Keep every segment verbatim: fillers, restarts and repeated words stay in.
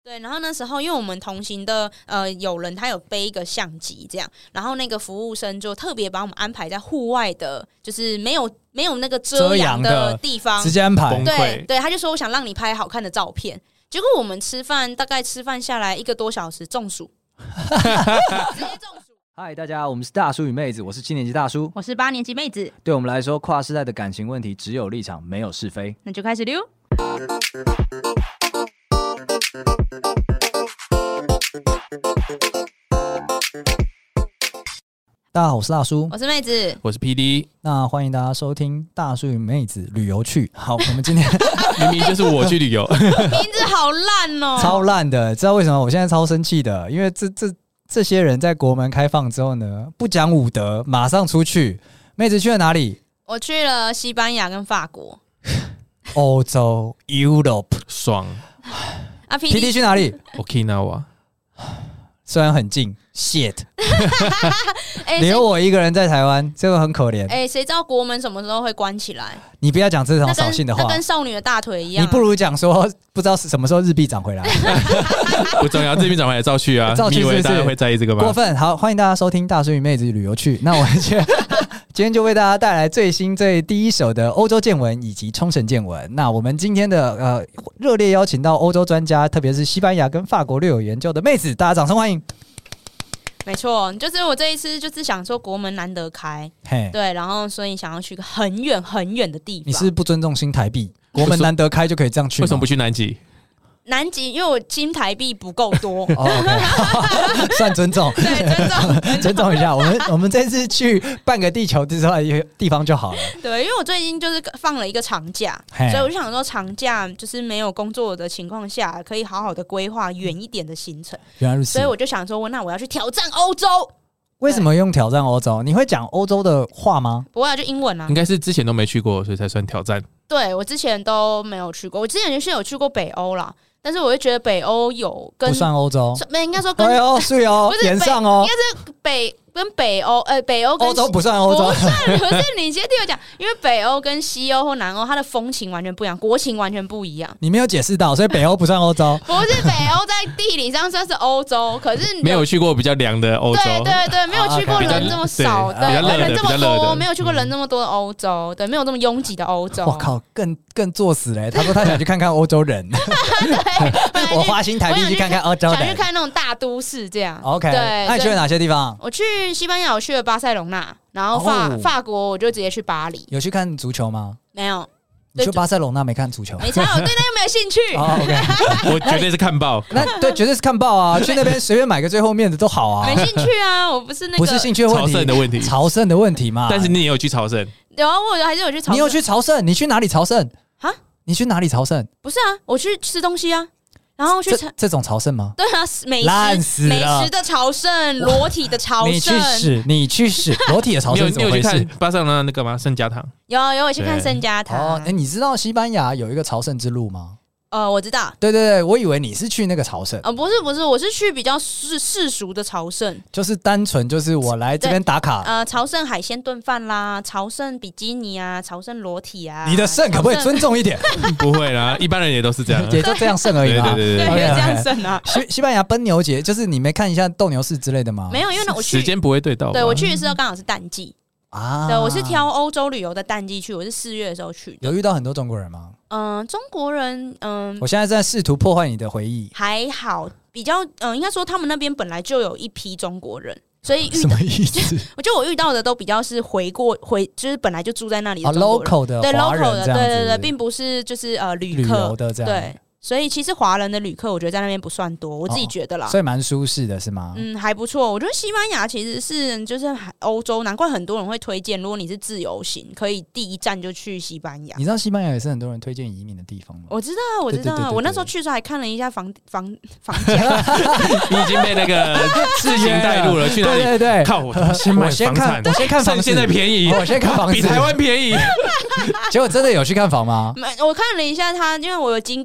对，然后那时候因为我们同行的呃友人他有背一个相机这样，然后那个服务生就特别把我们安排在户外的，就是没有没有那个遮阳的地方， 直接安排。 对对，他就说我想让你拍好看的照片，结果我们吃饭大概吃饭下来一个多小时中暑，直接中暑。 嗨，大家，我们是大叔与妹子，我是七年级大叔， 我是八年级妹子。 对我们来说，跨世代的感情问题只有立场，没有是非。 那就开始溜。 大家好，我是大叔， 我是妹子， 我是 P D。 那欢迎大家收听大叔与妹子旅游去。好，我们今天明明就是我去旅游， 名字好烂哦， 超烂的。知道为什么我现在超生气的？因为这这这些人在国门开放之后呢，不讲武德，马上出去。妹子去了哪里？ 我去了西班牙跟法国。 欧洲 Europe 爽啊 P D 去哪里 ？Okinawa 虽然很近 ，shit， 欸、 留我一个人在台湾，这个很可怜。 哎，谁知道国门什么时候会关起来？ 你不要讲这种扫兴的话， 那跟少女的大腿一样、啊。 你不如讲说，不知道什么时候日币涨回来。 不重要，日币涨回来照去啊。 照去是不是？ 你以为大家会在意这个吗？ 过分。好，欢迎大家收听大叔与妹子旅游去。那我们今天今天就为大家带来最新最第一手的欧洲见闻以及冲绳见闻。那我们今天的呃热烈邀请到欧洲专家，特别是西班牙跟法国略有研究的妹子，大家掌声欢迎。 没错，就是我这一次就是想说国门难得开，对，然后所以想要去一个很远很远的地方。 你是不尊重新台币？国门难得开就可以这样去吗？ 为什么不去南极？ 南极，因为我新台币不够多。 哦 okay 算尊重， 对，尊重， 尊重一下。我们我们这次去半个地球之外一个地方就好了。 对，因为我最近就是放了一个长假，所以我就想说，长假就是没有工作的情况下，可以好好的规划远一点的行程。 原来如此， 所以我就想说，那我要去挑战欧洲。 为什么用挑战欧洲？你会讲欧洲的话吗？ 不会啊，就英文啊。 应该是之前都没去过，所以才算挑战。 对，我之前都没有去过，我之前是有去过北欧啦。但是我会觉得北欧有跟不算欧洲， 没应该说跟北欧是哦，沿上哦， 应该是北跟北欧，呃，北欧跟欧洲不算欧洲， 不算。可是你先听我讲，因为北欧跟西欧或南欧，它的风情完全不一样，国情完全不一样。 你没有解释到，所以北欧不算欧洲。 不是，北欧在地理上算是欧洲，可是没有去过比较凉的欧洲。 对对对，没有去过人这么少，对，人这么多，没有去过人这么多的欧洲，对，没有这么拥挤的欧洲。 我靠，更更作死嘞！他说他想去看看欧洲人， 对， 我花新台币去看看欧洲人， 想去看那种大都市这样。 OK， 对， 那你去了哪些地方？ 我去西班牙，我去了巴塞隆纳，然后法、哦、法国我就直接去巴黎。 有去看足球吗？ 没有。 你去巴塞隆纳没看足球？ 没差，我对那又没有兴趣。 哦 okay 我绝对是看报。 那对，绝对是看报啊！去那边随便买个最后面的都好啊。 没兴趣啊，我不是那个， 不是兴趣问题， 朝圣的问题， 朝圣的问题嘛。 但是你也有去朝圣？ 有啊，我还是有去朝圣。 你有去朝圣？你去哪里朝圣？ 啊？ 你去哪里朝圣？ 不是啊，我去吃东西啊。然后去这, 这种朝圣吗？ 对啊，美食美食的朝圣，裸体的朝圣。 你去死！你去死！裸体的朝圣怎么回事？ 你有去看巴塞罗那那个吗？圣家堂？ 有有，我去看圣家堂。 哦，哎，你知道西班牙有一个朝圣之路吗？ 呃，我知道。 对对对，我以为你是去那个朝圣。 呃，不是不是，我是去比较世世俗的朝圣， 就是单纯就是我来这边打卡。 呃，朝圣海鲜炖饭啦，朝圣比基尼啊，朝圣裸体啊。 你的圣可不可以尊重一点？ 不会啦，一般人也都是这样， 也就这样圣而已嘛。 对对对对，也这样圣啊。 西西班牙奔牛节，就是你没看一下斗牛士之类的吗？ 没有，因为我去时间不会对到。 对我去的时候刚好是淡季。 啊， 对，我是挑欧洲旅游的淡季去，我是四月的时候去的。 有遇到很多中国人吗？ 嗯、呃，中国人，嗯、呃， 我现在在试图破坏你的回忆。 还好，比较，嗯、呃，应该说他们那边本来就有一批中国人，所以遇什么意思？ 我觉得我遇到的都比较是回过回，就是本来就住在那里的中国人、oh, local 的对 local 的，对对对， 对， 并不是就是呃旅客旅游的这样。 对。所以其实华人的旅客，我觉得在那边不算多，我自己觉得啦， 哦、所以蛮舒适的，是吗？ 嗯，还不错。我觉得西班牙其实是就是欧洲，难怪很多人会推荐，如果你是自由行，可以第一站就去西班牙。 你知道西班牙也是很多人推荐移民的地方吗？ 我知道，我知道， 对对对对对， 我那时候去的时候还看了一下房房房价， 你已经被那个自行带入了，去哪里？ 对对对， 靠我先买房产， 我先看房子， 现在便宜， 我先看房子， 比台湾便宜。 结果真的有去看房吗？ 我看了一下他，因为我有经过他们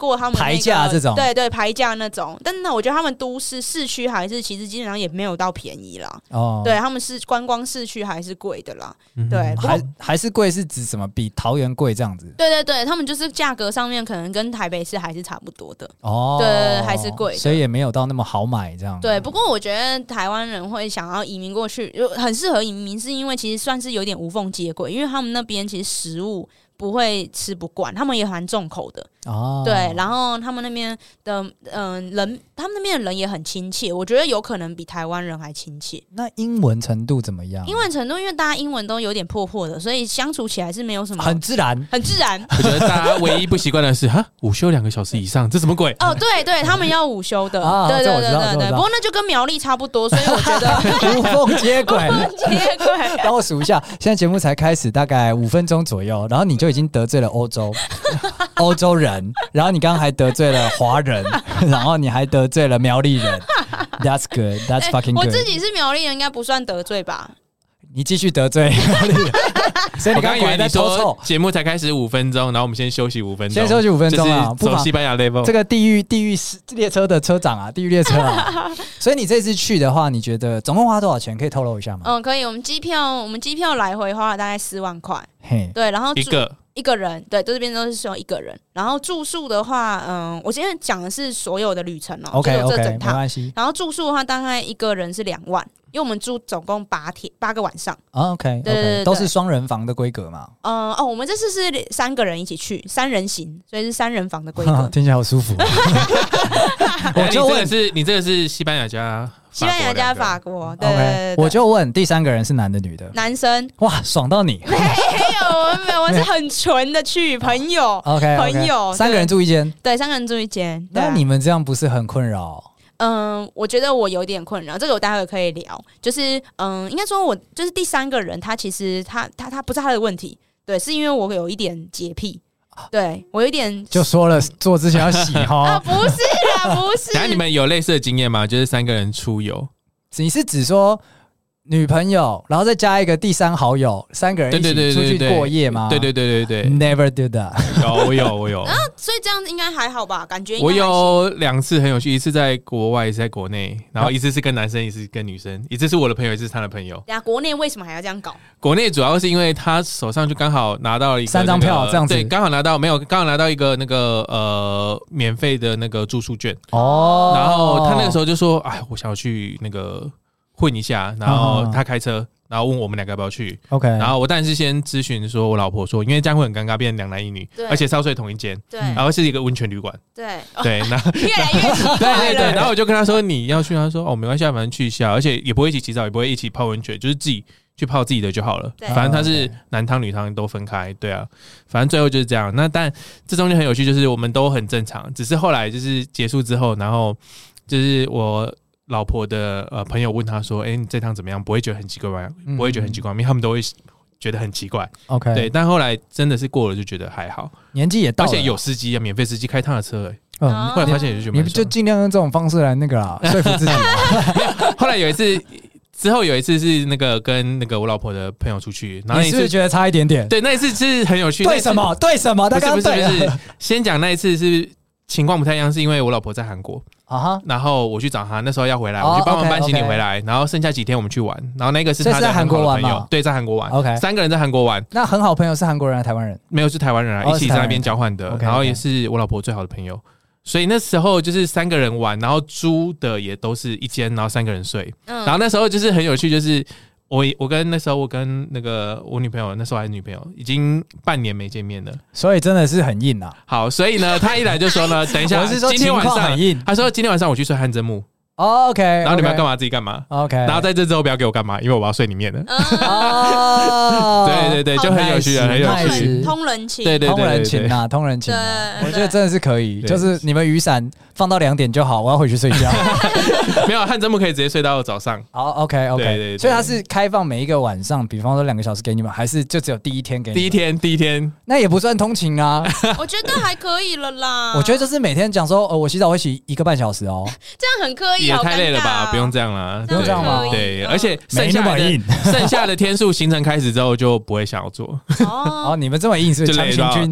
牌价这种， 对对，牌价那种。但是呢，我觉得他们都市市区还是其实基本上也没有到便宜啦。哦，对，他们是观光市区还是贵的啦。嗯、对， 还还是贵是指什么？比桃园贵这样子？ 对对对，他们就是价格上面可能跟台北市还是差不多的。哦，对对对，还是贵， 所以也没有到那么好买这样。 对，不过我觉得台湾人会想要移民过去，很适合移民，是因为其实算是有点无缝接轨，因为他们那边其实食物不会吃不惯，他们也蛮重口的哦。对，然后他们那边的嗯、呃、人，他们那边的人也很亲切，我觉得有可能比台湾人还亲切。 那英文程度怎么样？ 英文程度，因为大家英文都有点破破的，所以相处起来是没有什么很自然， 很自然。 我觉得大家唯一不习惯的是，哈，午休两个小时以上，这什么鬼？ 哦，对对，他们要午休的，啊、对对对对对。不过那就跟苗栗差不多，所以我觉得无缝接轨， 无缝接轨。 帮我数一下，现在节目才开始大概五分钟左右，然后你就已经得罪了欧洲欧洲人，然后你刚刚还得罪了华人，然后你还得罪了苗栗人。That's good, that's fucking good、欸。 我自己是苗栗人，应该不算得罪吧？ 你继续得罪苗栗人。所以你刚刚以为你说节目才开始五分钟，然后我们先休息五分钟， 先休息五分钟啊， 走西班牙 level。 这个地狱地狱列车的车长啊，地狱列车啊。所以你这次去的话，你觉得总共花多少钱？可以透露一下吗？ 嗯，可以。我们机票，我们机票来回花了大概四万块。嘿，对，然后一个。 一个人，对，这边都是说一个人。然后住宿的话，嗯，我现在讲的是所有的旅程哦、喔、 ，OK 就 OK， 整趟没关系。 然后住宿的话，大概一个人是两万，因为我们住总共八天八个晚上。 哦、OK， 对对 对，都是双人房的规格嘛。 嗯哦，我们这次是三个人一起去，三人行，所以是三人房的规格。 听起来好舒服。 我就问，是你这个是西班牙加？ 西班牙加法国，对对 对, 對，我就问第三个人是男的女的？ 男生。 哇，爽到你！ 没有，没有，我是很纯的去朋友。 OK， 朋友， 三个人住一间。 对，三个人住一间。 那你们这样不是很困扰？ 嗯，我觉得我有点困扰，这个我待会可以聊。就是嗯，应该说我就是第三个人，他其实他他他不是他的问题，对，是因为我有一点洁癖。对我有点就说了，做之前要洗哈啊，不是啦，不是。 等下你们有类似的经验吗？就是三个人出游， 你是指说女朋友，然后再加一个第三好友，三个人一起出去过夜吗？ 对对对对对 ，Never do that。 有我有我有。 啊，所以这样应该还好吧？感觉我有两次很有趣，一次在国外，一次在国内，然后一次是跟男生，一次跟女生，一次是我的朋友，一次是他的朋友。 对啊，国内为什么还要这样搞？ 国内主要是因为他手上就刚好拿到了一个、那個、 三张票，这样子， 对，刚好拿到没有，刚好拿到一个那个呃免费的那个住宿券哦。 然后他那个时候就说：“哎，我想要去那个混一下。”然后他开车。然后问我们两个要不要去 ，OK。 然后我当然是先咨询说，我老婆说，因为这样会很尴尬，变成两男一女，而且是要睡同一间， 对。 然后是一个温泉旅馆， 对对。那越来越奇怪对对对。然后我就跟他说你要去，他说哦没关系，反正去一下，而且也不会一起洗澡，也不会一起泡温泉，就是自己去泡自己的就好了。反正他是男汤女汤都分开，对啊。反正最后就是这样。那但这中间很有趣，就是我们都很正常，只是后来就是结束之后，然后就是我。老婆的呃朋友问他说：“哎、欸，你这趟怎么样？不会觉得很奇怪吗？不会觉得很奇怪吗？因为他们都会觉得很奇怪。 OK， 对。但后来真的是过了，就觉得还好。 年纪也到了， 而且有司机啊，免费司机开他的车、欸。嗯，后来发现也就觉得你就尽量用这种方式来那个啦，说服自己。 后来有一次。之后有一次是那个跟那个我老婆的朋友出去，然后你是不是觉得差一点点？ 对，那一次是很有趣。 对什么？对什么？他刚刚不是不是不是，先讲那一次是情况不太一样，是因为我老婆在韩国啊哈，然后我去找她，那时候要回来，我去帮忙搬行李回来，然后剩下几天我们去玩，然后那个是她在韩国玩嘛？对，在韩国玩。OK， 三个人在韩国玩。 那很好朋友是韩国人还是台湾人？ 没有，是台湾人啊，一起在那边交换的，然后也是我老婆最好的朋友。所以那时候就是三个人玩，然后租的也都是一间，然后三个人睡。嗯、然后那时候就是很有趣，就是我我跟那时候我跟那个我女朋友，那时候还是女朋友，已经半年没见面了。 所以真的是很硬啊。 好，所以呢，他一来就说呢，等一下， 我是说今天晚上很硬。 他说今天晚上我去睡汗蒸木。 Oh, OK， 然后你们要干嘛自己干嘛 ？OK， 然后在这之后不要给我干嘛，因为我要睡里面的。 哦， 对对对，就很有趣啊，很有趣， 通人情， 对对对，通人情啊，通人情啊，我觉得真的是可以，就是你们雨伞放到两点就好，我要回去睡觉。 没有，汗蒸木可以直接睡到早上。 好 ，OK OK， 对对，所以它是开放每一个晚上，比方说两个小时给你们，还是就只有第一天给你们？ 第一天，第一天， 那也不算通勤啊。 我觉得还可以了啦。 我觉得就是每天讲说，呃，我洗澡会洗一个半小时哦， 这样很刻意， 也太累了吧。不用这样啦， 不用这样吗？ 对，而且剩下的剩下的天数行程开始之后就不会想要做。 哦，你们这么硬是不是强行军？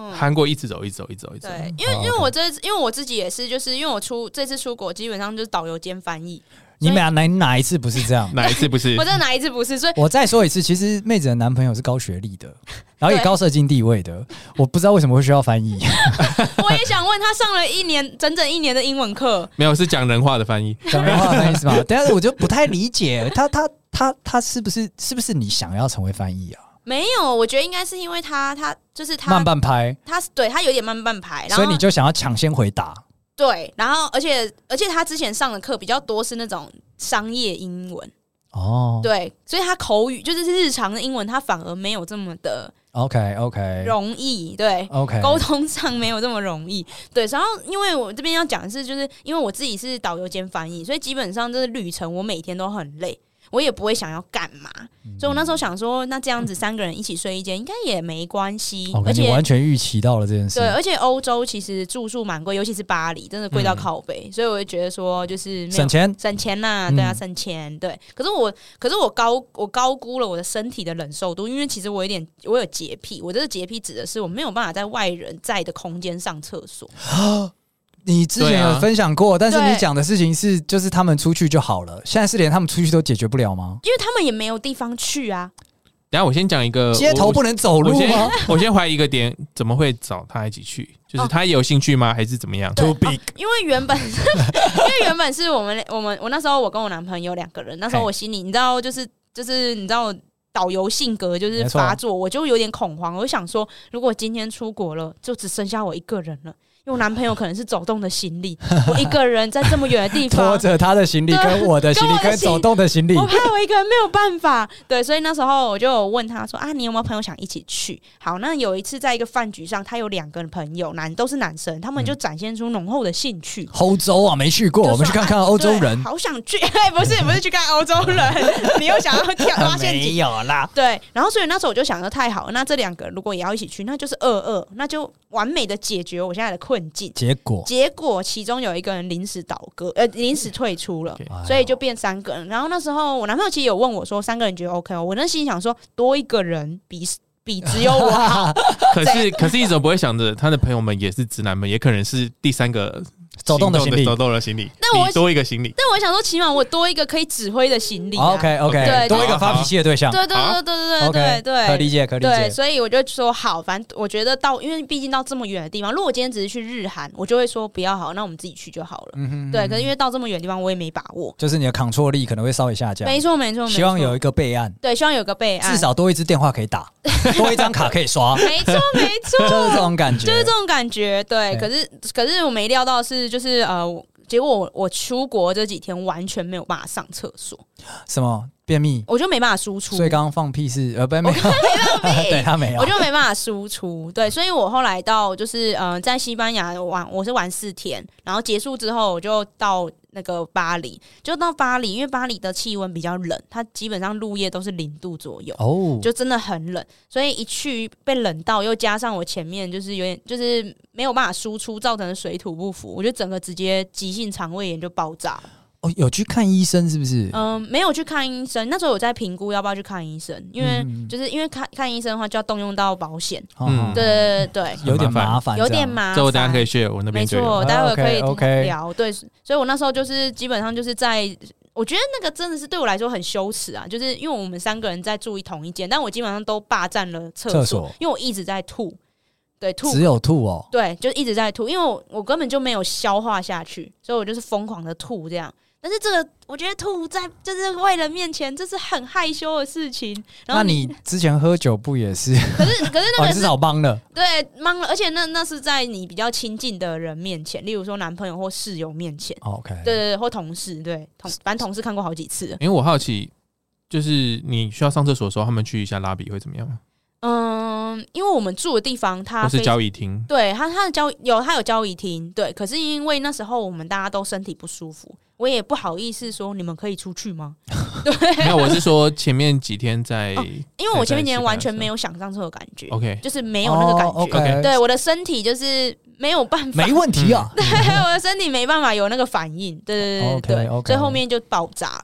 韩国一直走，一直走，一直走，一直走。 对，因为、哦、因为我这因为我自己也是，就是因为我出这次出国，基本上就是导游兼翻译。 你们俩哪哪一次不是这样？ 哪一次不是？ 我真的哪一次不是？所以我再说一次，其实妹子的男朋友是高学历的，然后也高社经地位的，我不知道为什么会需要翻译。 我也想问他，上了一年整整一年的英文课， 没有是讲人话的翻译， 讲人话的翻译是吗？但是我就不太理解，他他他他是不是是不是你想要成为翻译啊？ 没有，我觉得应该是因为他他就是他慢半拍， 他对他有点慢半拍， 所以你就想要抢先回答。 对，然后而且而且他之前上的课比较多是那种商业英文哦， 对，所以他口语就是日常的英文，他反而没有这么的 OK OK 容易，对 OK 沟通上没有这么容易，对。然后因为我这边要讲的是，就是因为我自己是导游兼翻译，所以基本上这个旅程我每天都很累。我也不会想要干嘛，所以我那时候想说，那这样子三个人一起睡一间应该也没关系。 哦、 而且你完全预期到了这件事。 对，而且欧洲其实住宿蛮贵，尤其是巴黎，真的贵到靠北、嗯，所以我就觉得说，就是没有省钱， 省钱呐、啊，对啊，省钱。对，可是我，可是我高我高估了我的身体的忍受度，因为其实我有点我有洁癖，我这个洁癖指的是我没有办法在外人在的空间上厕所。 你之前有分享过，但是你讲的事情是，就是他们出去就好了。现在是连他们出去都解决不了吗？ 因为他们也没有地方去啊。 等一下我先讲一个， 街头不能走路吗？ 我先, 我先怀疑一个点，怎么会找他一起去？就是他也有兴趣吗？还是怎么样 ？Too big，、 哦、因为原本是，因为原本是我们我们我那时候我跟我男朋友两个人，那时候我心里你知道，就是就是你知道。导游性格就是发作，我就有点恐慌。我就想说，如果今天出国了，就只剩下我一个人了。因为我男朋友可能是走动的行李，我一个人在这么远的地方， 拖着他的行李跟我的行李跟走动的行李， 我怕我一个人没有办法。对，所以那时候我就有问他说：“啊，你有没有朋友想一起去？”好，那有一次在一个饭局上，他有两个朋友，男都是男生，他们就展现出浓厚的兴趣。 欧洲啊，没去过，我们去看看欧洲人。 好想去，不是不是去看欧洲人，你又想要跳挖陷阱？ 没有啦。 对，然后所以那时候我就想说，太好了，那这两个如果也要一起去，那就是二二，那就完美的解决我现在的困境。 结果。 结果其中有一个人临时倒戈，呃，临时退出了， okay. 所以就变三个人。然后那时候我男朋友其实有问我说，三个人觉得 OK 哦？我那心里想说，多一个人比比只有我好。 可是可是一直不会想着他的朋友们也是直男们，也可能是第三个。 走动的行李， 走动的行李， 但我多一个行李。 但我想说，起码我多一个可以指挥的行李、啊。 OK OK， 对， 多一个发脾气的对象。 对对对对对对对， 可理解可理解。 对，所以我就说好，反正我觉得到，因为毕竟到这么远的地方，如果我今天只是去日韩，我就会说不要好，那我们自己去就好了。嗯哼嗯哼对，可是因为到这么远的地方，我也没把握， 就是你的 control 力可能会稍微下降。 没错没错， 希望有一个备案。 对，希望有个备案， 至少多一支电话可以打，多一张卡可以刷。 没错没错， 就是这种感觉， 就是这种感觉。对，可是可是我没料到的是，就是呃。结果我我出国这几天完全没有办法上厕所， 什么便秘？ 我就没办法输出。 所以刚刚放屁是呃不没有，对他没有， 我就没办法输出。对，所以我后来到就是呃在西班牙玩，我是玩四天，然后结束之后我就到那个巴黎，就到巴黎，因为巴黎的气温比较冷，它基本上入夜都是零度左右，哦，就真的很冷，所以一去被冷到，又加上我前面就是有点就是没有办法输出，造成的水土不服，我就整个直接急性肠胃炎就爆炸了。 哦，有去看医生是不是？ 嗯，没有去看医生。那时候我在评估要不要去看医生，因为、嗯、就是因为看看医生的话就要动用到保险。嗯，对对对对， 有点麻烦， 有点麻烦。 这我等一下可以 share 我那边就有。 没错，待会可以 okay, 聊。 okay. 对，所以我那时候就是基本上就是在，我觉得那个真的是对我来说很羞耻啊，就是因为我们三个人在住一同一间，但我基本上都霸占了厕所，所因为我一直在吐。对，吐只有吐哦。 对，就一直在吐，因为我我根本就没有消化下去，所以我就是疯狂的吐这样。但是这个，我觉得吐在就是外人面前，这是很害羞的事情。然后你, 那你之前喝酒不也是？ 可是可是那个是、 哦、至少帮了， 对，帮了，而且那那是在你比较亲近的人面前，例如说男朋友或室友面前。 哦、OK， 对对对，或同事，对同反正同事看过好几次了。 因为我好奇，就是你需要上厕所的时候，他们去一下拉比会怎么样吗？ 嗯，因为我们住的地方它不是交谊厅， 对它它的交有它有交谊厅，对，可是因为那时候我们大家都身体不舒服。我也不好意思说你们可以出去吗？对， 没有，我是说前面几天在、哦， 因为我前面几天完全没有想上厕的感觉 ，OK， 就是没有那个感觉、 oh, okay. 对，我的身体就是没有办法， 没问题啊， 对，我的身体没办法有那个反应，对对对对， okay, okay. 所以后面就爆炸了。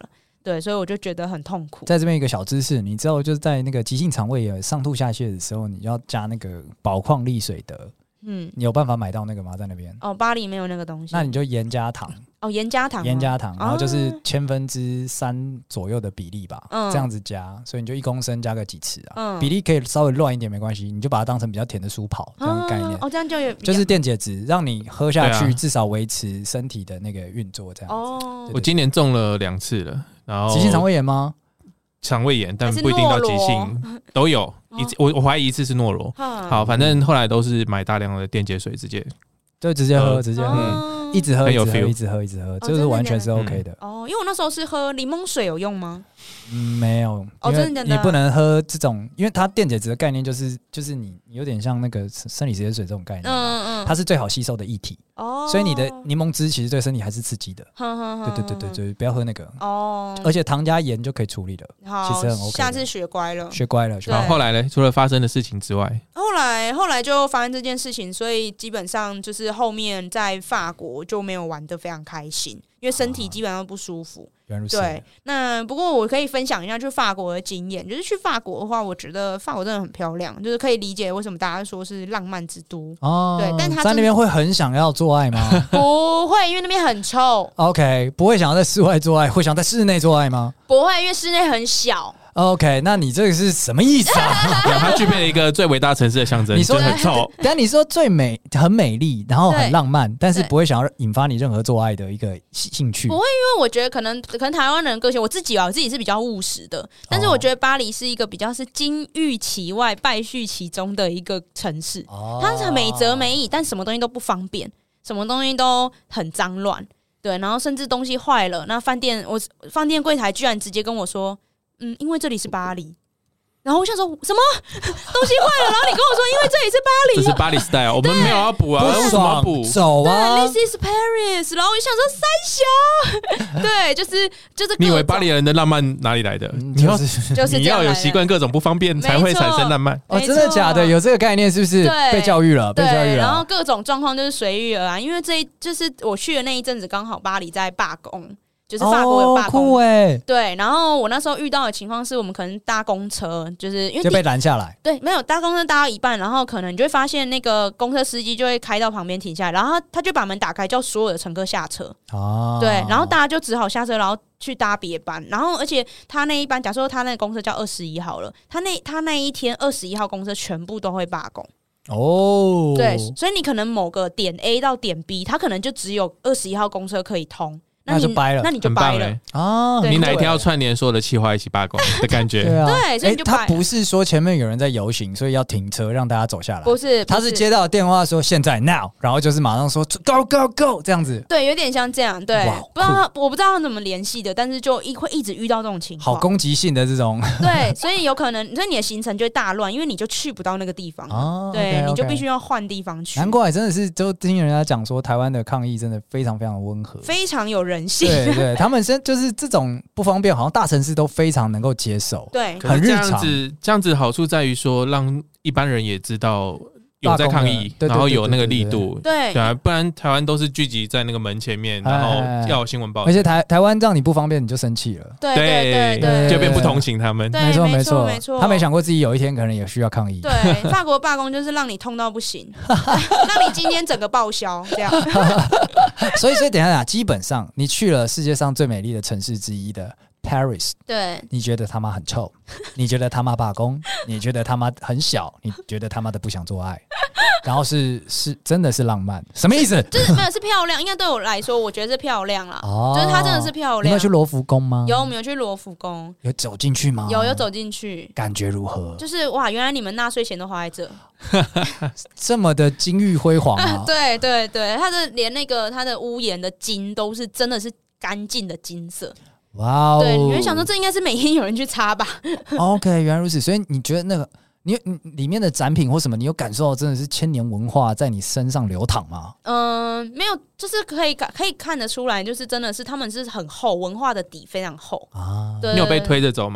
对，所以我就觉得很痛苦。 在这边一个小知识，你知道就是在那个急性肠胃炎上吐下泻的时候，你要加那个宝矿力水的，嗯，你有办法买到那个吗？在那边？ 哦，巴黎没有那个东西， 那你就盐加糖。 哦，盐加糖， 盐加糖，然后就是千分之三左右的比例吧，嗯、这样子加，所以你就一公升加个几匙啊，嗯、比例可以稍微乱一点没关系，你就把它当成比较甜的舒跑这样的概念。 哦，这样就有就是电解质，让你喝下去、啊、至少维持身体的那个运作这样子。哦，对对对， 我今年中了两次了，然后急性肠胃炎吗？ 肠胃炎，但不一定到急性，都有。一次我我怀疑一次是诺罗，好，反正后来都是买大量的电解水直接。 对，直接喝，直接喝，一直喝，一直喝，一直喝，一直喝，这是完全是 OK 的。 哦，因为我那时候是喝柠檬水，有用吗？ 嗯，没有。 哦，真的， 你不能喝这种，因为它电解质的概念就是就是你有点像那个生理食盐水这种概念，嗯嗯，它是最好吸收的液体。哦，所以你的柠檬汁其实对身体还是刺激的。对对对对对，不要喝那个。哦，而且糖加盐就可以处理了，其实很 OK。 下次学乖了， 学乖了。 然后后来呢？除了发生的事情之外， 后来后来就发生这件事情，所以基本上就是后面在法国就没有玩得非常开心，因为身体基本上不舒服。对，那不过我可以分享一下去法国的经验，就是去法国的话，我觉得法国真的很漂亮，就是可以理解为什么大家说是浪漫之都。哦，对，但他在那边会很想要做爱吗？ 不会，因为那边很臭。 OK， 不会想要在室外做爱，会想在室内做爱吗？ 不会，因为室内很小。 OK， 那你这个是什么意思啊？ 它具备了一个最伟大城市的象征，你说很臭， 但你说最美、很美丽，然后很浪漫，但是不会想要引发你任何做爱的一个兴趣。 不会，因为我觉得可能可能台湾人个性，我自己啊，我自己是比较务实的，但是我觉得巴黎是一个比较是金玉其外，败絮其中的一个城市。哦、它是美则美矣，但什么东西都不方便，什么东西都很脏乱，对，然后甚至东西坏了，那饭店我饭店柜台居然直接跟我说。嗯，因为这里是巴黎，然后我想说什么东西坏了，然后你跟我说因为这里是巴黎， 这是巴黎 style， 我们没有要补啊，为什么要补？ 走啊 ，This is Paris， 然后我就想说三小，对，就是就是。 你以为巴黎人的浪漫哪里来的？你要就是你要有习惯各种不方便才会产生浪漫。 哦，真的假的？有这个概念是不是？被教育了，被教育了。 然后各种状况就是随遇而安，因为这一就是我去的那一阵子，刚好巴黎在罢工。就是法国有罢工， 哦欸、 对。然后我那时候遇到的情况是我们可能搭公车，就是因为就被拦下来。 对，没有搭公车搭到一半，然后可能你就会发现那个公车司机就会开到旁边停下来，然后他他就把门打开，叫所有的乘客下车。哦，对，然后大家就只好下车，然后去搭别班。然后而且他那一班，假设他那个公车叫二十一号了，他那他那一天二十一号公车全部都会罢工。哦，对，所以你可能某个点 A 到点 B， 他可能就只有二十一号公车可以通。 那就掰了， 那你就掰了啊！你哪一天要串联所有的企划一起罢工的感觉？ 对啊， 对，所以你就掰了。 他不是说前面有人在游行，所以要停车让大家走下来， 不是， 他是接到电话说现在 now， 然后就是马上说 go go go 这样子。 对，有点像这样。对，不知道我不知道他怎么联系的，但是就一会一直遇到这种情况， 好攻击性的这种。 对，所以有可能，所以你的行程就会大乱，因为你就去不到那个地方。哦，对， okay, okay. 你就必须要换地方去。 难怪真的是，就听人家讲说，台湾的抗议真的非常非常温和， 非常有人性。 对对。他们是就是这种不方便，好像大城市都非常能够接受， 对， 很日常。 这样子，这样子好处在于说，让一般人也知道有在抗议，然后有那个力度， 对对啊，不然台湾都是聚集在那个门前面，然后要有新闻报道。 而且台台湾让你不方便，你就生气了， 对对对对， 就变不同情他们。 没错没错没错， 他没想过自己有一天可能也需要抗议。 对，法国罢工就是让你痛到不行，让你今天整个报销这样。 所以，所以等一下，基本上你去了世界上最美丽的城市之一的 Paris， 对， 你觉得他妈很臭，你觉得他妈罢工，你觉得他妈很小，你觉得他妈的不想做爱，然后是是真的是浪漫，什么意思？ 就是没有是漂亮，应该对我来说，我觉得是漂亮啦。哦，就是它真的是漂亮。 你有去罗浮宫吗？ 有，我们有去罗浮宫。 有走进去吗？ 有，有走进去。 感觉如何？ 就是哇，原来你们纳税钱都花在这， 这么的金玉辉煌啊！ 对对对，它的连那个它的屋檐的金都是真的是干净的金色。 哇哦！ 对，你会想说这应该是每天有人去擦吧 ？OK， 原来如此。所以你觉得那个你你里面的展品或什么，你有感受到真的是千年文化在你身上流淌吗？ 嗯、呃，没有，就是可以可以看得出来，就是真的是他们是很厚，文化的底非常厚啊。对， 你有被推着走吗？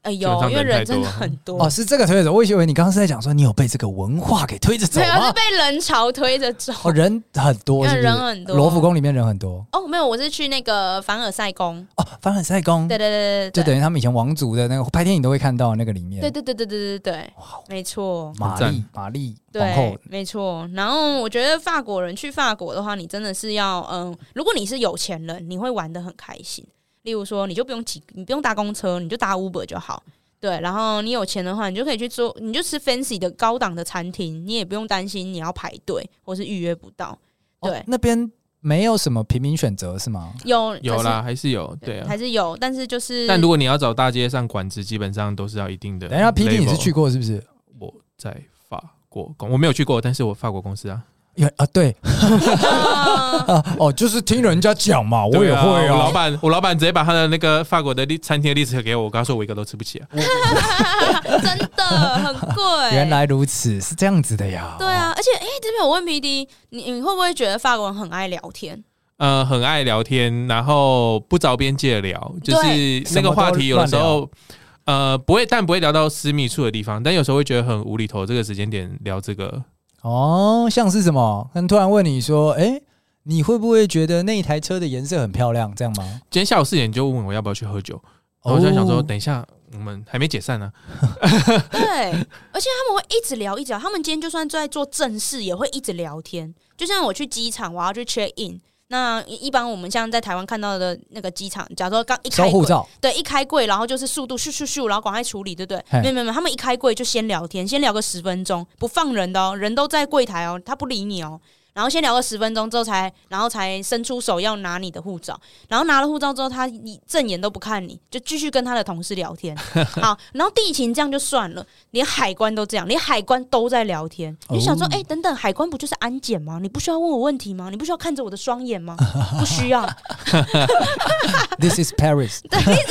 呃，有，因为人真的很多哦，是这个推着走。我以为你刚刚是在讲说你有被这个文化给推着走吗？ 没有，是被人潮推着走。 哦，人很多是不是， 人很多。 罗浮宫里面人很多。 哦，没有，我是去那个凡尔赛宫。 哦，凡尔赛宫， 对对对对， 就等于他们以前王族的那个拍电影都会看到那个里面。 对对对对对对对，没错。 玛丽，玛丽皇后， 没错。然后我觉得法国人去法国的话，你真的是要，嗯，如果你是有钱人，你会玩得很开心。例如说，你就不用挤，你不用搭公车，你就搭 Uber 就好。对，然后你有钱的话，你就可以去做，你就吃 fancy 的高档的餐厅，你也不用担心你要排队或是预约不到。对， 哦、那边没有什么平民选择是吗？ 有有啦，还是有，对啊， 还是有，但是就是， 但如果你要找大街上馆子，基本上都是要一定的。 等一下 ，P D 你是去过是不是？ 我在法国公，我没有去过，但是我法国公司啊。 啊，对，哦，就是听人家讲嘛，我也会啊。 我老板，我老板直接把他的那个法国的餐厅的历史给我，我跟他说我一个都吃不起啊， 真的很贵。 原来如此，是这样子的呀。 对啊，而且哎，这边我问 P D， 你你会不会觉得法国人很爱聊天？ 呃，很爱聊天，然后不着边界的聊，就是那个话题有的时候。呃，不会，但不会聊到私密处的地方，但有时候会觉得很无厘头。这个时间点聊这个， 哦，像是什么？可能突然问你说，哎、欸，你会不会觉得那一台车的颜色很漂亮？这样吗？ 今天下午四点就问我要不要去喝酒，然后我就想说，等一下我们还没解散呢、 啊。对，而且他们会一直聊，一直聊。他们今天就算在做正事，也会一直聊天。就像我去机场，我要去 check in。那一般我们像在台湾看到的那个机场，假如说刚一开柜，对，一开柜，然后就是速度咻咻咻，然后赶快处理，对不对？没有没有，他们一开柜就先聊天，先聊个十分钟，不放人的哦，人都在柜台哦，他不理你哦。然后先聊个十分钟之后才，然后才伸出手要拿你的护照，然后拿了护照之后，他正眼都不看你，就继续跟他的同事聊天。好，然后地勤这样就算了，连海关都这样，连海关都在聊天。你就想说，哎、欸，等等，海关不就是安检吗？你不需要问我问题吗？你不需要看着我的双眼吗？不需要。 This is Paris 。 对 ，This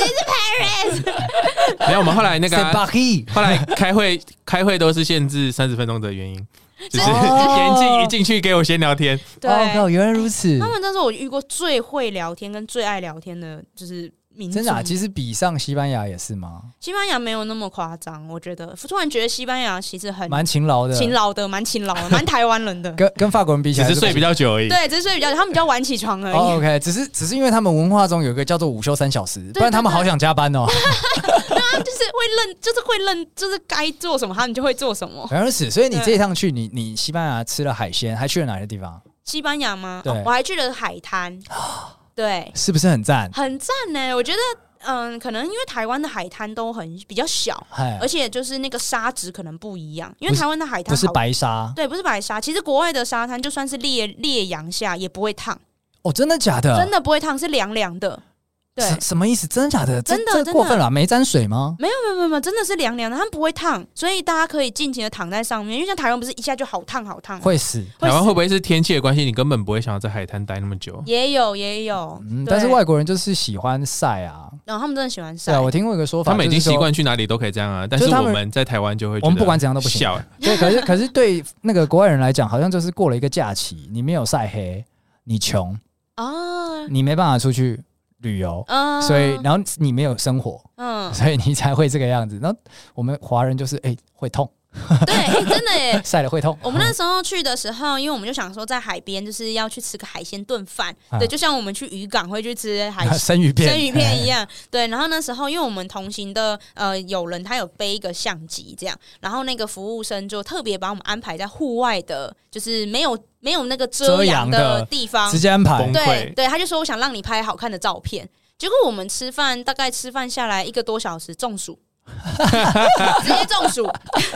is Paris。 没有，我们后来那个、啊，后来开会开会都是限制三十分钟的原因。就是严禁一进去给我先聊天。 对， 哦，原来如此。 他们那时候我遇过最会聊天跟最爱聊天的，就是民族。 真的、啊，其实比上西班牙也是吗？ 西班牙没有那么夸张，我觉得。突然觉得西班牙其实很蛮勤劳的， 勤劳的，蛮勤劳的，蛮台湾人的。 跟跟法国人比起来， 只是睡比较久而已。 对，只是睡比较久，他们比较晚起床而已。 哦、OK， 只是只是因为他们文化中有一个叫做午休三小时，不然他们好想加班哦。 就是会认，就是会认，就是该做什么，他们就会做什么。 原来如此，所以你这一趟去，你你西班牙吃了海鲜，还去了哪些地方？ 西班牙吗？ 对， 哦、我还去了海滩。对， 是不是很赞？ 很赞呢！我觉得，嗯，可能因为台湾的海滩都很比较小，而且就是那个沙质可能不一样。因为台湾的海滩不是白沙， 对，不是白沙。其实国外的沙滩就算是烈烈阳下也不会烫。 哦，真的假的？ 真的不会烫，是凉凉的。对， 什么意思？真的假的？ 真的， 这过分了，没沾水吗？ 没有，没有，没有，真的是凉凉的，他们不会烫，所以大家可以尽情的躺在上面。因为像台湾不是一下就好烫好烫， 会死。 台湾会不会是天气的关系？你根本不会想要在海滩待那么久？ 也有，也有。 嗯，但是外国人就是喜欢晒啊。 然后、哦、他们真的喜欢晒。 对啊，我听过一个说法， 他们已经习惯去哪里都可以这样啊。但是我们在台湾就会觉得， 我们不管怎样都不行。对，可是可是对那个国外人来讲，好像就是过了一个假期，你没有晒黑，你穷啊，你没办法出去旅游，嗯、所以然后你没有生活，嗯，所以你才会这个样子。然后我们华人就是哎、欸、会痛， 对，欸、真的耶， 晒了会痛。 我们那时候去的时候，因为我们就想说在海边就是要去吃个海鲜炖饭，嗯、对，就像我们去渔港会去吃海生鱼片、 生鱼片一样。对，然后那时候因为我们同行的呃友人他有背一个相机这样，然后那个服务生就特别把我们安排在户外的，就是没有。没有那个遮阳的地方， 直接安排。 对对，他就说我想让你拍好看的照片。结果我们吃饭，大概吃饭下来一个多小时，中暑，直接中暑。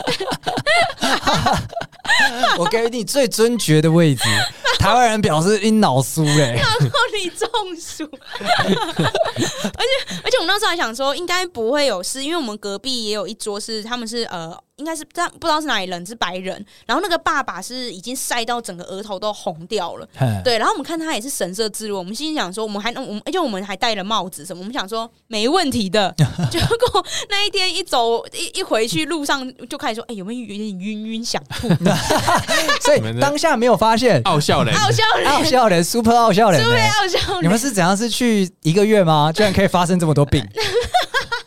我给你最尊爵的位置，台湾人表示你脑酥嘞， 然后你中暑，而且而且我那时候还想说应该不会有事，因为我们隔壁也有一桌是他们是呃。应该是不知道是哪里人，是白人。然后那个爸爸是已经晒到整个额头都红掉了，对。然后我们看他也是神色自若，我们心里想说，我们还我们而且我们还戴了帽子什么，我们想说没问题的。结果那一天一走一一回去路上就开始说，哎、欸，有没有有点晕晕想吐？ 所以当下没有发现， 傲笑人， 傲笑人， 傲笑人 ，super 傲笑人、欸、 ，super 傲笑人。 你们是怎样？是去一个月吗？居然可以发生这么多病？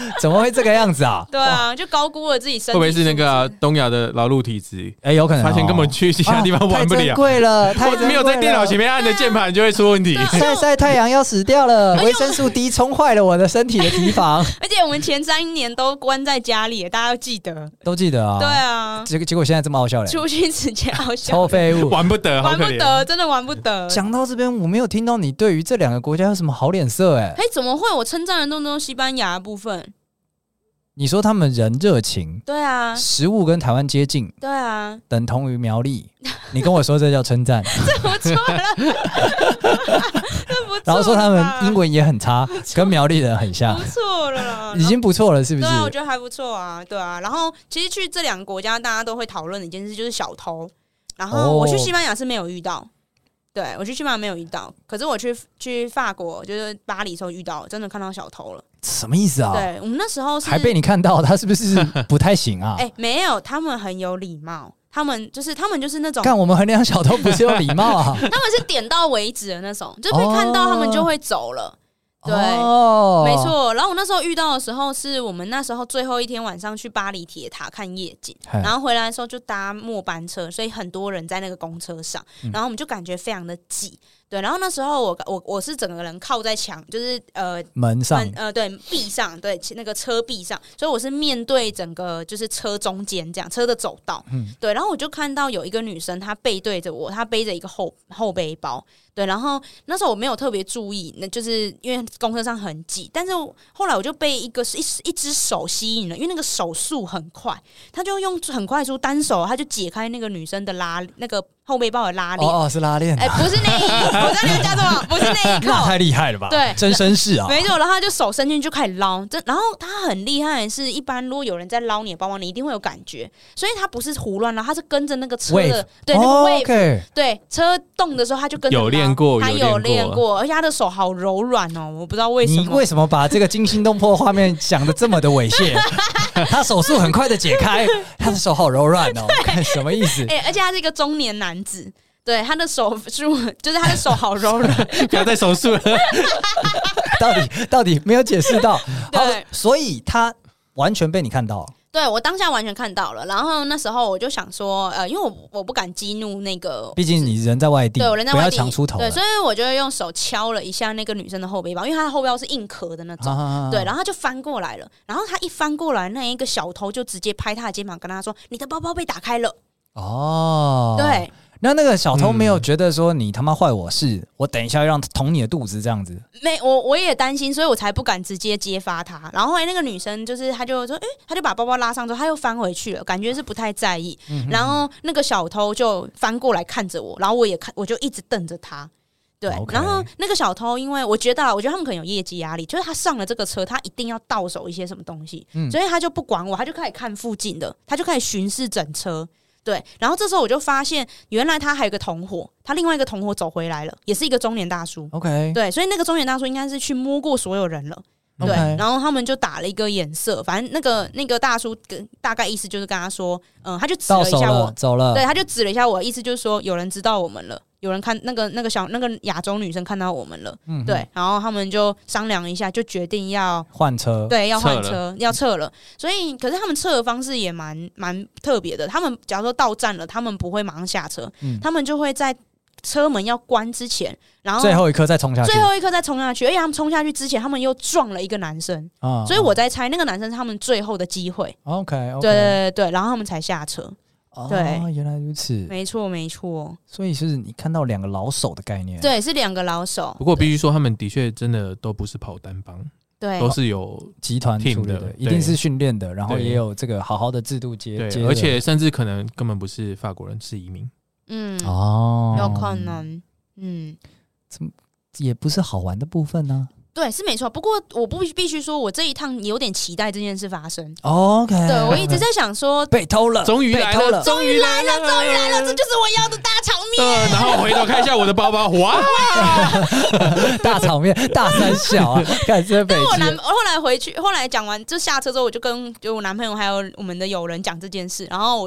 怎么会这个样子啊？ 对啊，就高估了自己身体。 会不会是那个、啊、东亚的劳碌体质？ 哎、欸，有可能、哦、 发现根本去其他地方玩不了， 太珍贵了，太珍贵了， 没有在电脑前面按的键盘就会出问题。 晒晒太阳要死掉了，维生素 D 冲坏了我的身体的提防。 而且我们前三年都关在家里，大家要记得， 都记得啊。 对啊， 结果结果现在这么傲笑嘞， 出去直接傲笑， 臭废物， 玩不得， 玩不得，真的玩不得。 讲到这边，我没有听到你对于这两个国家有什么好脸色哎、欸。 哎，怎么会？我称赞的都都西班牙的部分。 你说他们人热情， 对啊， 食物跟台湾接近， 对啊， 等同于苗栗。你跟我说这叫称赞， 这不错了，这不错。 然后说他们英文也很差，跟苗栗人很像， 不错了啦， 已经不错了，是不是？ 对啊，我觉得还不错啊，对啊。然后其实去这两个国家，大家都会讨论的一件事就是小偷。然后我去西班牙是没有遇到。哦，对，我去西班牙没有遇到，可是我去去法国，就是巴黎的时候遇到，真的看到小偷了。 什么意思啊？ 对，我们那时候是还被你看到，他是不是不太行啊？ 哎、欸，没有，他们很有礼貌，他们就是他们就是那种， 看我们衡量小偷不是有礼貌啊， 他们是点到为止的那种，就被看到他们就会走了。对， 哦， 没错。然后我那时候遇到的时候，是我们那时候最后一天晚上去巴黎铁塔看夜景，然后回来的时候就搭末班车，所以很多人在那个公车上，然后我们就感觉非常的挤。对，然后那时候我我我是整个人靠在墙，就是呃门上， 门呃对壁上，对那个车壁上，所以我是面对整个就是车中间这样车的走道，嗯，对，然后我就看到有一个女生，她背对着我，她背着一个后后背包，对，然后那时候我没有特别注意，那就是因为公车上很挤，但是后来我就被一个一一只手吸引了，因为那个手速很快，他就用很快速单手，他就解开那个女生的拉那个后背包的拉链， 哦哦，是拉链， 哎、欸，不是内衣，我知道你们叫什么，不是内衣扣， 那太厉害了吧？ 对， 真绅士啊， 没错。然后他就手伸进去就开始捞，这然后他很厉害的是，一般如果有人在捞你的包包，你一定会有感觉，所以他不是胡乱捞，他是跟着那个车的 Wave 对那个 wave，、 oh, okay. 对车动的时候他就跟着有练过， 他有练过， 过，而且他的手好柔软哦，我不知道为什么。 你为什么把这个惊心动魄的画面想的这么的猥亵？他手速很快的解开，他的手好柔软哦，看什么意思？ 哎、欸，而且他是一个中年男子。对，他的手术就是他的手好柔软， 不要再手术了。 到底到底没有解释到， 对， 所以他完全被你看到。 对，我当下完全看到了，然后那时候我就想说，呃，因为我我不敢激怒那个， 毕竟你人在外地， 对，我人在外地， 不要强出头， 对，所以我就用手敲了一下那个女生的后背包，因为她的后背包是硬壳的那种，啊、对，然后她就翻过来了，然后她一翻过来，那一个小偷就直接拍她的肩膀，跟她说：“你的包包被打开了。”哦，对。 那那个小偷没有觉得说你他妈坏我是、嗯、我等一下让捅你的肚子这样子？ 没，我我也担心，所以我才不敢直接揭发他。然后后来那个女生就是她就说，哎、欸，她就把包包拉上之后，她又翻回去了，感觉是不太在意。嗯、然后那个小偷就翻过来看着我，然后我也看，我就一直瞪着他。对， okay. 然后那个小偷，因为我觉得，我觉得他们可能有业绩压力，就是他上了这个车，他一定要到手一些什么东西，嗯、所以他就不管我，他就开始看附近的，他就开始巡视整车。对，然后这时候我就发现，原来他还有一个同伙，他另外一个同伙走回来了，也是一个中年大叔。 OK， 对，所以那个中年大叔应该是去摸过所有人了。对， okay. 然后他们就打了一个眼色，反正那个那个大叔大概意思就是跟他说，嗯，他就指了一下我， 走了， 对，他就指了一下我，意思就是说有人知道我们了。有人看那个那个小那个亚洲女生看到我们了，嗯，对，然后他们就商量一下，就决定要换车， 对，要换车，要撤了。所以，可是他们撤的方式也蛮蛮特别的。他们假如说到站了，他们不会马上下车，嗯、他们就会在车门要关之前，然后最后一刻再冲下去， 最后一刻再冲下去。而且他们冲下去之前，他们又撞了一个男生，啊、所以我在猜那个男生是他们最后的机会。 OK，, okay. 对对对对，然后他们才下车。对、 哦，原来如此， 没错没错， 所以是你看到两个老手的概念， 对，是两个老手。 不过必须说，他们的确真的都不是跑单帮， 对， 都是有集团出的，一定是训练的，然后也有这个好好的制度接， 对，而且甚至可能根本不是法国人，是移民， 嗯， 哦， 有可能，嗯， 怎么也不是好玩的部分呢、啊？ 对，是没错。不过我不必须说，我这一趟有点期待这件事发生。 OK， 对我一直在想说， 被偷了， 终于来了， 终于来了，终于来了，这就是我要的大场面。 呃、然后回头看一下我的包包，哇， 大场面，大三小啊！看这北京。我男后来回去，后来讲完就下车之后，我就跟就我男朋友还有我们的友人讲这件事，然后我就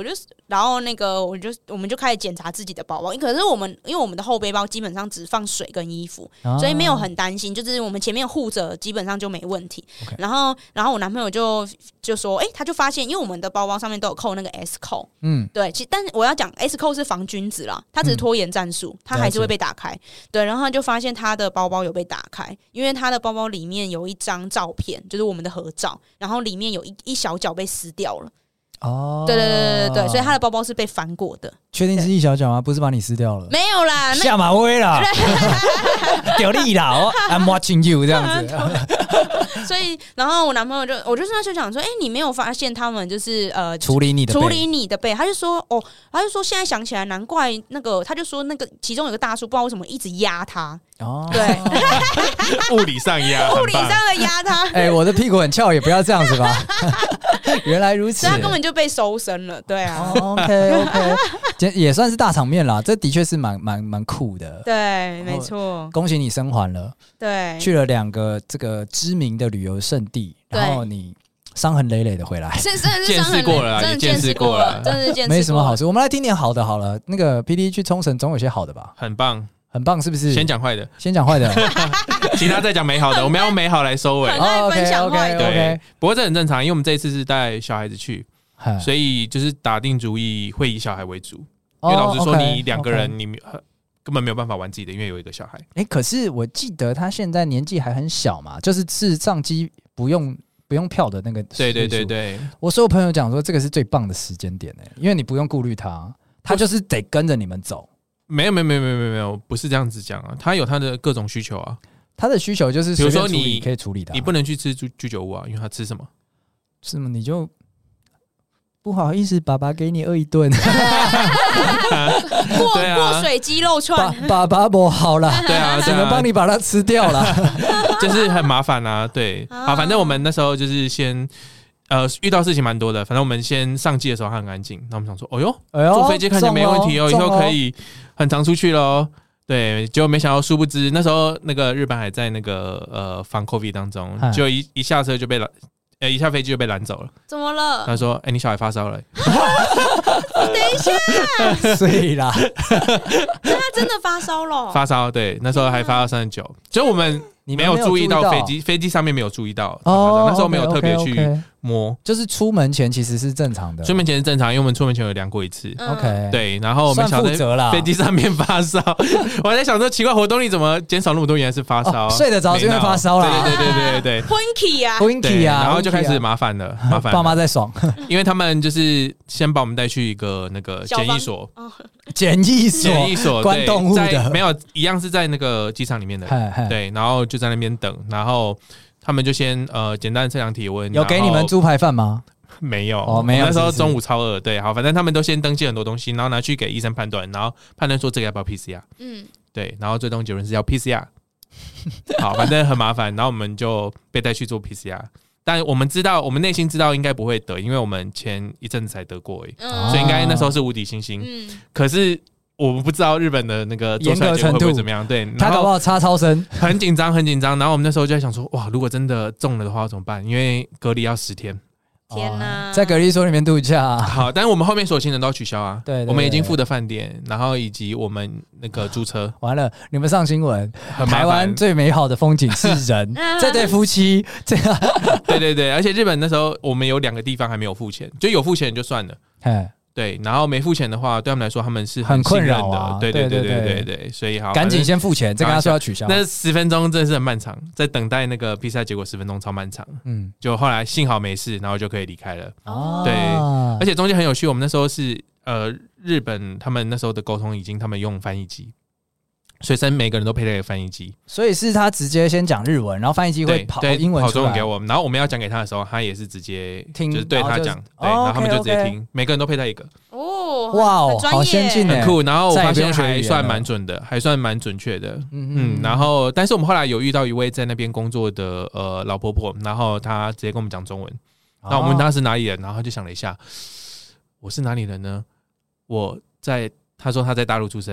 然后那个我就我们就开始检查自己的包包，可是我们因为我们的后背包基本上只放水跟衣服，哦、所以没有很担心，就是我们前面护着基本上就没问题。Okay. 然后然后我男朋友就就说，哎、欸，他就发现，因为我们的包包上面都有扣那个 S 扣，嗯，对，其但是我要讲 S 扣是防君子啦，它只是拖延战术，它、嗯、还是会被打开。对，然后他就发现他的包包有被打开，因为他的包包里面有一张照片，就是我们的合照，然后里面有一一小角被撕掉了。哦，对对对对对，所以他的包包是被翻过的。 确定是一小角吗？不是把你撕掉了？ 没有啦， 下马威啦，屌你啦 ，I'm watching you 这样子。 所以，然后我男朋友就，我就跟他就讲说，哎、欸，你没有发现他们就是呃处理你的背处理你的背？他就说，哦，他就说现在想起来，难怪那个，他就说那个其中有个大叔不知道为什么一直压他。哦，对， 物理上压， 物理上的压他。 哎、欸，我的屁股很翘，也不要这样子吧。原来如此， 他根本就被收身了，对啊。 Oh, OK OK， 也算是大场面啦，这的确是蛮蛮蛮酷的。 对，没错。 恭喜你生还了， 对， 去了两个这个知名的旅游胜地，然后你伤痕累累的回来， 是真的是见识过了， 真的见识过了， 真的是见识过了， 没什么好事。我们来听点好的好了。那个 P D 去冲绳总有些好的吧？ 很棒。 很棒，是不是？ 先讲坏的， 先讲坏的， 其他再讲美好的。我们要用美好来收尾。 很爱分享坏的， 对。不过这很正常，因为我们这一次是带小孩子去，所以就是打定主意会以小孩为主。因为老实说，你两个人你根本没有办法玩自己的，因为有一个小孩。 哎、欸，可是我记得他现在年纪还很小嘛，就是是上机不用不用票的那个。 对对对对。 我所有朋友讲说，这个是最棒的时间点哎、欸，因为你不用顾虑他，他就是得跟着你们走。 没有没有没有没有没有，不是这样子讲啊，他有他的各种需求啊， 他的需求就是， 比如说你可以处理的、啊， 你不能去吃居居酒屋啊，因为他吃什么？ 是吗？你就不好意思，爸爸给你饿一顿，过过水鸡肉串， 爸爸不好了， 对啊， 只能帮你把它吃掉了， 就是很麻烦啊，对，好，反正我们那时候就是先。呃，遇到事情蛮多的，反正我们先上机的时候他很安静，那我们想说，哦哟，哎呦，坐飞机看起来没问题哦，以后可以很常出去咯。对，结果没想到，殊不知那时候那个日本还在那个呃防 COVID 当中，就一一下车就被拦，呃一下飞机就被拦走了。 怎么了？ 他说：“哎、欸，你小孩发烧了、欸。” 等一下， 睡啦。 那他真的发烧了？ 发烧，对，那时候还发到三十九，就我们。你没有注意到飞机，飞机上面没有注意到，哦、那时候没有特别去摸， okay, okay, okay. 就是出门前其实是正常的， 出门前是正常，因为我们出门前有量过一次 ，OK， 对，然后我们晓得飞机上面发烧，我还在想说奇怪活动力怎么减少那么多，原来是发烧、哦， 睡得着是因为发烧啦， 对对对对对对 ，Hunky 啊 ，Hunky 啊， 然后就开始麻烦了，麻烦， 爸妈在爽， 因为他们就是先把我们带去一个那个检疫所。 检疫所， 检疫所关动物的， 没有一样是在那个机场里面的，对，然后就在那边等，然后他们就先呃简单测量体温， 有给你们猪排饭吗？ 没有， 哦，没有， 那时候中午超饿，对，好，反正他们都先登记很多东西，然后拿去给医生判断，然后判断说这个要不要 P C R， 嗯，对，然后最终结论是要 P C R， 好，反正很麻烦，然后我们就被带去做 P C R。但我们知道，我们内心知道应该不会得，因为我们前一阵子才得过而已，嗯、所以应该那时候是无敌星星。嗯、可是我们不知道日本的那个做出来结果会不会怎么样，对， 他搞不好差超深， 很紧张，很紧张。然后我们那时候就在想说，哇，如果真的中了的话怎么办？因为隔离要十天。 天哪， 在隔离所里面度假、啊。 好，但是我们后面所有行程都要取消啊。 对, 对, 对， 我们已经付的饭店，然后以及我们那个租车。 完了，你们上新闻，台湾最美好的风景是人，这对夫妻这样。 对对对，而且日本那时候我们有两个地方还没有付钱，就有付钱就算了。对，然后没付钱的话，对他们来说他们是很困扰的。啊、 对对对对对 对, 对，所以好， 赶紧先付钱，再跟他说要取消。 那十分钟真的是很漫长，在等待那个比赛结果十分钟超漫长。嗯，就后来幸好没事，然后就可以离开了。哦，对，而且中间很有趣，我们那时候是呃日本他们那时候的沟通已经他们用翻译机。随身每个人都配了一个翻译机， 所以是他直接先讲日文，然后翻译机会跑英文出来， 跑中文给我们，然后我们要讲给他的时候，他也是直接听， 就是对他讲，对，然后他们就直接听，每个人都配他一个。 哦， 哇哦，好先进， 很酷。然后我发现还算蛮准的，还算蛮准确的。嗯嗯。然后，但是我们后来有遇到一位在那边工作的呃老婆婆，然后她直接跟我们讲中文。那我们问她是哪里人，然后她就想了一下，我是哪里人呢？我在，她说她在大陆出生。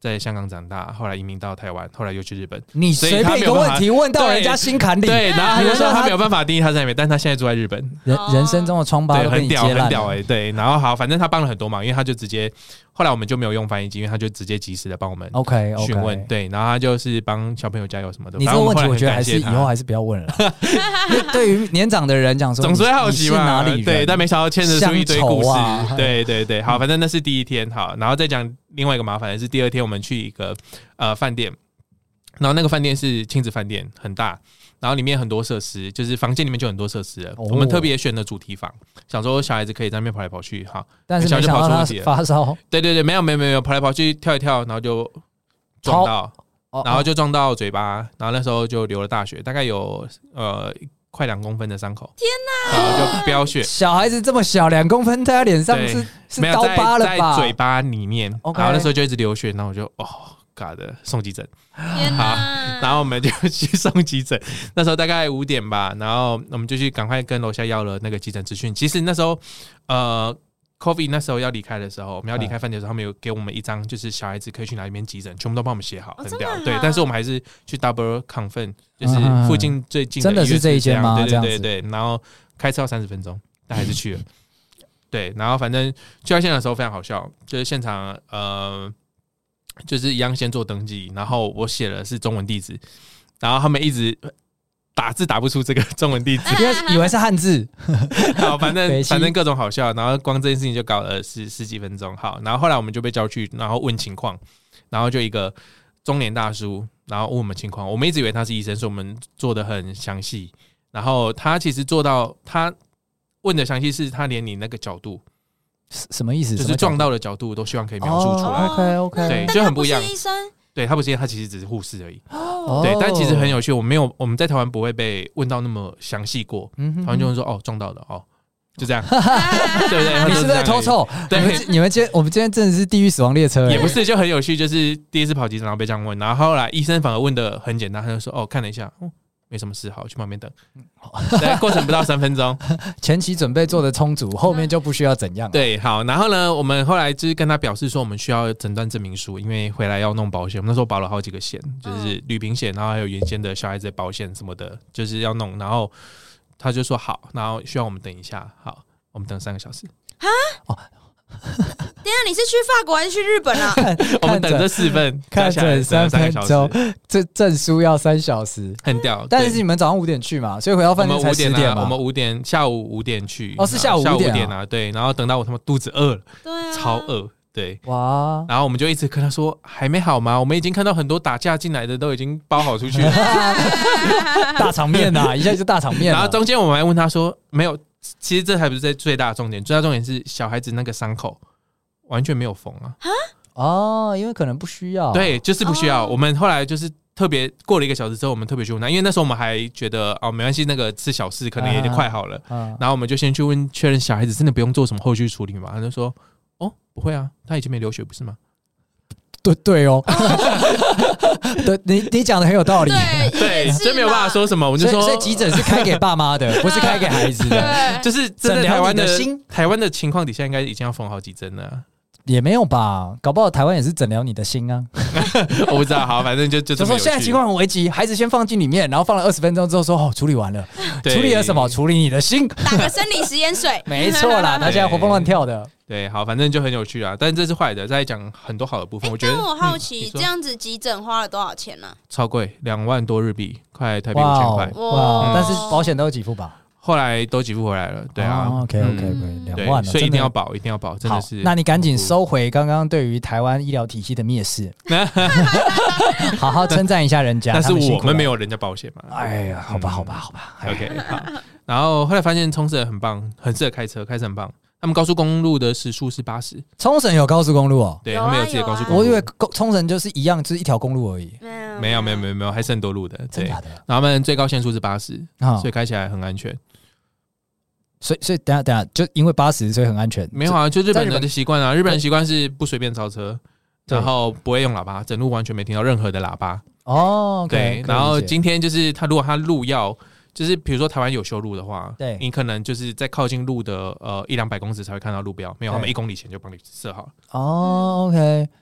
在香港长大，后来移民到台湾，后来又去日本。 你随便一个问题问到人家心坎里， 对，然后他就说他没有办法定义他在那边，但他现在住在日本， 人人生中的疮疤都被你接烂了， 很屌很屌哎、欸，对。然后好，反正他帮了很多忙，因为他就直接后来我们就没有用翻译机，因为他就直接及时的帮我们 OK 询问，对，然后他就是帮小朋友加油什么的。 你这个问题我觉得还是以后还是不要问了，对于年长的人讲说， 总是会好奇嘛， 哪里人？ 对，但没想到牵着出一堆故事， 啊、 对对对，好，反正那是第一天，好，然后再讲另外一个麻烦的是第二天我们去一个呃饭店，然后那个饭店是亲子饭店，很大，然后里面很多设施，就是房间里面就很多设施了、哦。我们特别选的主题房，想说小孩子可以在那边跑来跑去，好， 但是没想到他发烧， 对对对，没有没有没有跑来跑去跳一跳，然后就撞到，然后就撞到嘴巴，然后那时候就流了大血，大概有呃。快两公分的伤口， 天哪！ 然后就飙血。 小孩子这么小，两公分在他脸上是是刀疤了吧？ 在嘴巴里面， okay. 然后那时候就一直流血，然后我就哦 ，God 的送急诊。 天好，然后我们就去送急诊。那时候大概五点吧，然后我们就去赶快跟楼下要了那个急诊资讯。其实那时候，呃。COVID 那时候要离开的时候，我们要离开饭店的时候，他们有给我们一张，就是小孩子可以去哪里边急诊，全部都帮我们写好，很屌。哦、对，但是我们还是去 double confirm， 就是附近最近的医院， 真的是这一间吗？ 对对对对，然后开车要三十分钟，但还是去了。对，然后反正去到现场的时候非常好笑，就是现场呃，就是一样先做登记，然后我写的是中文地址，然后他们一直。打字打不出这个中文地址， 因为以为是汉字。 好，反正反正各种好笑，然后光这件事情就搞了十十几分钟。好，然后后来我们就被叫去，然后问情况，然后就一个中年大叔，然后问我们情况。我们一直以为他是医生，所以我们做的很详细。然后他其实做到他问的详细是他连你那个角度什么意思， 就是撞到的角度都希望可以描述出来。 哦、OK OK， 对，就很不一样。 但他不是医生。 对他不是，他其实只是护士而已。哦，对，但其实很有趣。我没有，我们在台湾不会被问到那么详细过。嗯，台湾就会说哦，撞到的哦，就这样，对不对？ 你是不是在偷臭？对，你们, 你们今天我们今天真的是地狱死亡列车， 也不是，就很有趣。就是第一次跑急诊，然后被这样问，然后后来医生反而问的很简单，他就说哦，看了一下，哦，没什么事，好，去旁边等。对，过程不到三分钟， 前期准备做的充足，后面就不需要怎样。 对，好，然后呢，我们后来就是跟他表示说，我们需要诊断证明书，因为回来要弄保险。我们那时候保了好几个险，就是旅平险，然后还有原先的小孩子的保险什么的，就是要弄。然后他就说好，然后需要我们等一下，好，我们等三个小时。 哈？哦。等一下，你是去法国还是去日本啊？ 我们等这四份， 看着三分钟，这证书要三小时， 很屌。 但是你们早上五点去嘛，所以回到饭店才十点嘛。 我们五点下午五点去， 哦，是下午五点啊， 点啊，对。然后等到我他妈肚子饿了， 对啊， 超饿，对， 哇。 然后我们就一直跟他说还没好吗？我们已经看到很多打架进来的都已经包好出去了， 大场面啊，一下就大场面。 然后中间我们还问他说没有。其实这还不是最大的重点，最大重点是小孩子那个伤口完全没有缝啊！ 哦，因为可能不需要， 对，就是不需要。哦、我们后来就是特别过了一个小时之后，我们特别去问他，因为那时候我们还觉得哦没关系，那个是小事，可能也快好了。啊啊、然后我们就先去问确认小孩子真的不用做什么后续处理嘛？他就说哦不会啊，他已经没流血不是吗？ 对对哦，对你你讲的很有道理， 对，真没有办法说什么，我就说， 所以急诊是开给爸妈的，不是开给孩子的， 就是真的台湾的心，台湾的情况底下应该已经要缝好几针了。 也没有吧，搞不好台湾也是诊疗你的心啊。 我不知道，好，反正就就就说现在情况很危急，孩子先放进里面，然后放了二十分钟之后说哦，处理完了，处理了什么？处理你的心， 打个生理食盐水， 没错啦，他现在活蹦乱跳的。 对，好，反正就很有趣啦。但是这是坏的，再讲很多好的部分。欸、我觉得， 但我好奇，嗯、这样子急诊花了多少钱呢、啊？ 超贵，两万多日币，快台币五千块。 哇、嗯！但是保险都有给付吧？ 后来都给付回来了，对啊。 哦、OK OK OK， 两万了， 所以一定要保，一定要保，真的是。 那你赶紧收回刚刚对于台湾医疗体系的蔑视，好好称赞一下人家。 但是我们没有人家保险嘛。 哎呀，好吧，好吧，好吧。 OK， 好。然后后来发现冲绳很棒，很适合开车，开车很棒。他们高速公路的时速是八十。 冲绳有高速公路哦？ 对，他们有自己的高速公路。 我以为冲绳就是一样，就是一条公路而已。 没有，没有，没有，没有，还是很多路的。 真的假的？ 然后他们最高限速是八十，所以开起来很安全。 所以，所以等一下等一下，就因为八十，所以很安全。 没有啊，就日本人的习惯啊，日本人习惯是不随便超车，然后不会用喇叭，整路完全没听到任何的喇叭。 哦， okay, 对。然后今天就是他，如果他路要，就是比如说台湾有修路的话， 对， 你可能就是在靠近路的呃一两百公尺才会看到路标，没有，他们一公里前就帮你设好了。 哦 ，OK。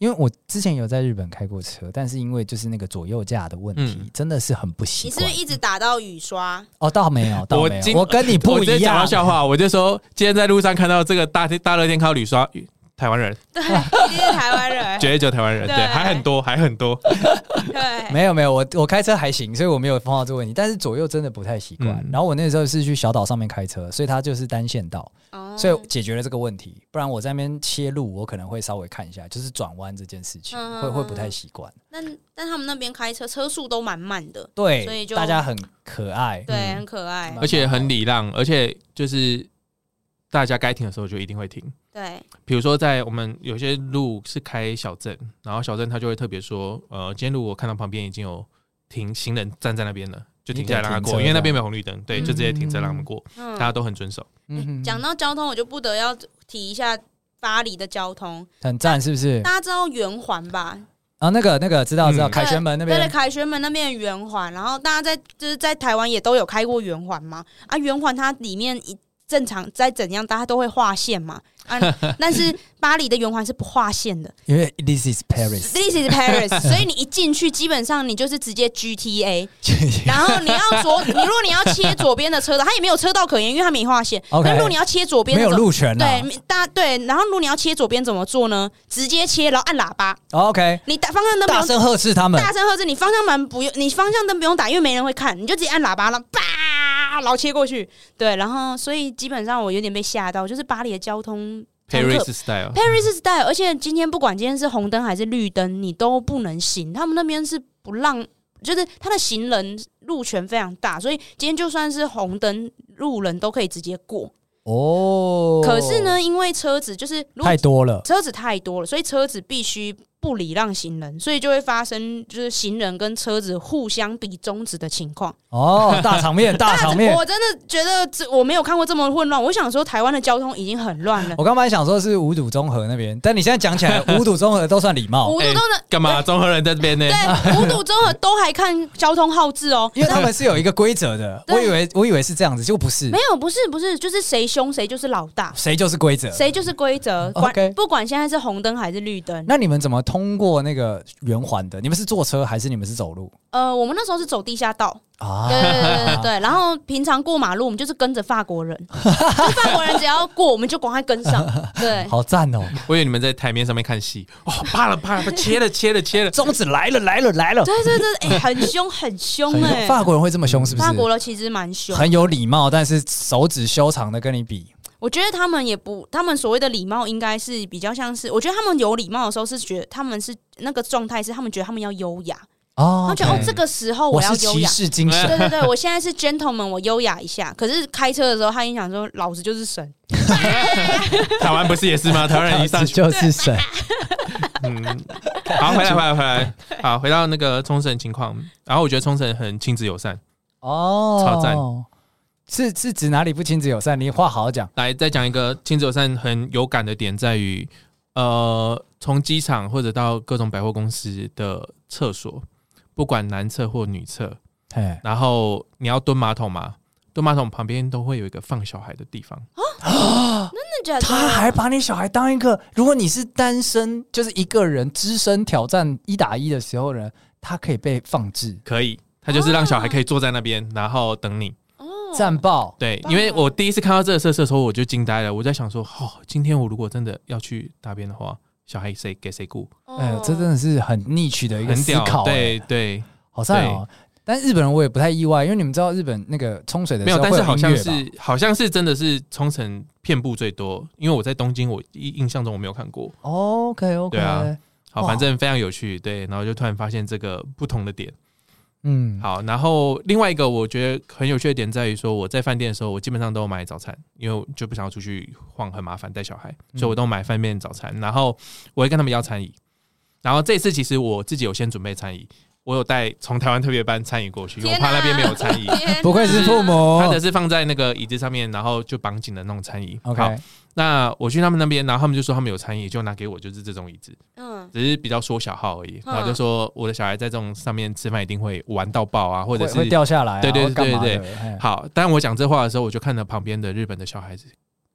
因为我之前有在日本开过车，但是因为就是那个左右架的问题，嗯、真的是很不习惯。 你是不是一直打到雨刷？ 哦，倒没有，倒没有。我, 我跟你不一样。我直接讲到笑话，我就说今天在路上看到这个大大热天靠雨刷。台湾人， 对，一定是台湾人， 绝对就台湾人，对，对还很多，还很多， 对， 没有没有，我我开车还行，所以我没有碰到这个问题，但是左右真的不太习惯。嗯、然后我那时候是去小岛上面开车，所以它就是单线道，哦、所以解决了这个问题。不然我在那边切路，我可能会稍微看一下，就是转弯这件事情，嗯、会会不太习惯。 但但他们那边开车车速都蛮慢的， 对， 所以就大家很可爱， 对，嗯、很可爱， 而且很礼让，而且就是大家该停的时候就一定会停。 对， 比如说在我们有些路是开小镇，然后小镇他就会特别说，呃，今天如果看到旁边已经有停行人站在那边了，就停下来让他过，因为那边没有红绿灯，对，就直接停车让他们过，嗯、大家都很遵守。 讲、欸、到交通，我就不得要提一下巴黎的交通， 很赞，是不是？ 大家知道圆环吧？ 啊，那个那个知道知道，凯旋门那边， 对，凯旋门那边的圆环，然后大家在就是在台湾也都有开过圆环嘛，啊，圆环它里面一。正常再怎样，大家都会画线嘛，啊，但是巴黎的圆环是不画线的， 因为 this is Paris，this is Paris， 所以你一进去，基本上你就是直接 G T A， 然后你要左，你如果你要切左边的车道，它也没有车道可言，因为它没画线。 Okay, 但如果你要切左边， 没有路权、啊， 对，大对，然后如果你要切左边怎么做呢？直接切，然后按喇叭。 OK， 你打方向灯不用大声呵斥他们， 大声呵斥，你方向盘不用，你方向灯不用打，因为没人会看，你就直接按喇叭了，叭。然后切过去，对，然后所以基本上我有点被吓到，就是巴黎的交通 Paris style Paris style， 而且今天不管今天是红灯还是绿灯，你都不能行，他们那边是不让，就是他的行人路权非常大，所以今天就算是红灯，路人都可以直接过。哦，可是呢，因为车子就是太多了， 车子太多了，所以车子必须不礼让行人，所以就会发生就是行人跟车子互相比中指的情况。 哦，大场面，大场面！ 我真的觉得这我没有看过这么混乱。我想说，台湾的交通已经很乱了。 我刚才想说是五堵中和那边，但你现在讲起来，五堵中和都算礼貌。 五堵中和干嘛？中和人在这边呢？ 对，五堵中和都还看交通号志哦， 因为他们是有一个规则的。我以为我以为是这样子，结果不是。 没有，不是不是，就是谁凶谁就是老大， 谁就是规则， 谁就是规则。 OK， 不管现在是红灯还是绿灯。 那你们怎么通过那个圆环的？你们是坐车还是你们是走路？ 呃，我们那时候是走地下道。啊，对对对对对，然后平常过马路，我们就是跟着法国人，法国人只要过，我们就赶快跟上。对， 好赞哦！ 我以为你们在台面上面看戏，哦，怕了怕了，切了切了切了， 中指来了来了来了。 对对对，哎、欸，很凶很凶哎、欸！ 法国人会这么凶是不是？ 法国人其实蛮凶， 很有礼貌，但是手指修长的跟你比。 我觉得他们也不，他们所谓的礼貌应该是比较像是，我觉得他们有礼貌的时候是觉得他们是那个状态是他们觉得他们要优雅。哦，他觉得哦，这个时候我要优雅， 我是骑士精神。 对对对，我现在是 gentleman， 我优雅一下。可是开车的时候，他一想说，老子就是神。 台湾不是也是吗？台湾人一上去就是神。 嗯，好，回来回来回来，好，回到那个冲绳情况。然后我觉得冲绳很亲子友善哦，超赞。 是是指哪里不亲子友善？你话好好讲。 来，再讲一个亲子友善很有感的点，在于呃，从机场或者到各种百货公司的厕所。不管男厕或女厕，然后你要蹲马桶嘛，蹲马桶旁边都会有一个放小孩的地方啊，真的假的？ 他还把你小孩当一个，如果你是单身，就是一个人只身挑战一打一的时候呢，他可以被放置， 可以，他就是让小孩可以坐在那边，然后等你。 赞爆！ 对，因为我第一次看到这个设施的时候，我就惊呆了，我在想说，哦，今天我如果真的要去大便的话。小孩谁给谁顾？ 哎呦，这真的是很niche的一个思考、欸， 对对， 好赞哦！但日本人我也不太意外，因为你们知道日本那个冲水的时候没有，但是好像是好像是真的是冲绳遍布最多，因为我在东京，我印象中我没有看过。 OK OK， 对啊，好，反正非常有趣，对，然后就突然发现这个不同的点。嗯，好，然后另外一个我觉得很有趣的点在于说，我在饭店的时候，我基本上都有买早餐，因为我就不想要出去晃，很麻烦带小孩，所以我都买饭店早餐，然后我会跟他们要餐椅。然后这次其实我自己有先准备餐椅，我有带从台湾特别班餐椅过去，我怕那边没有餐椅。 不愧是父母， 他的是放在那个椅子上面，然后就绑紧的那种餐椅。 OK， 那我去他们那边，然后他们就说他们有餐椅，就拿给我，就是这种椅子，嗯，只是比较缩小号而已。然后就说我的小孩在这种上面吃饭一定会玩到爆啊，或者是会掉下来、啊， 对对对对对。好，当我讲这话的时候，我就看到旁边的日本的小孩子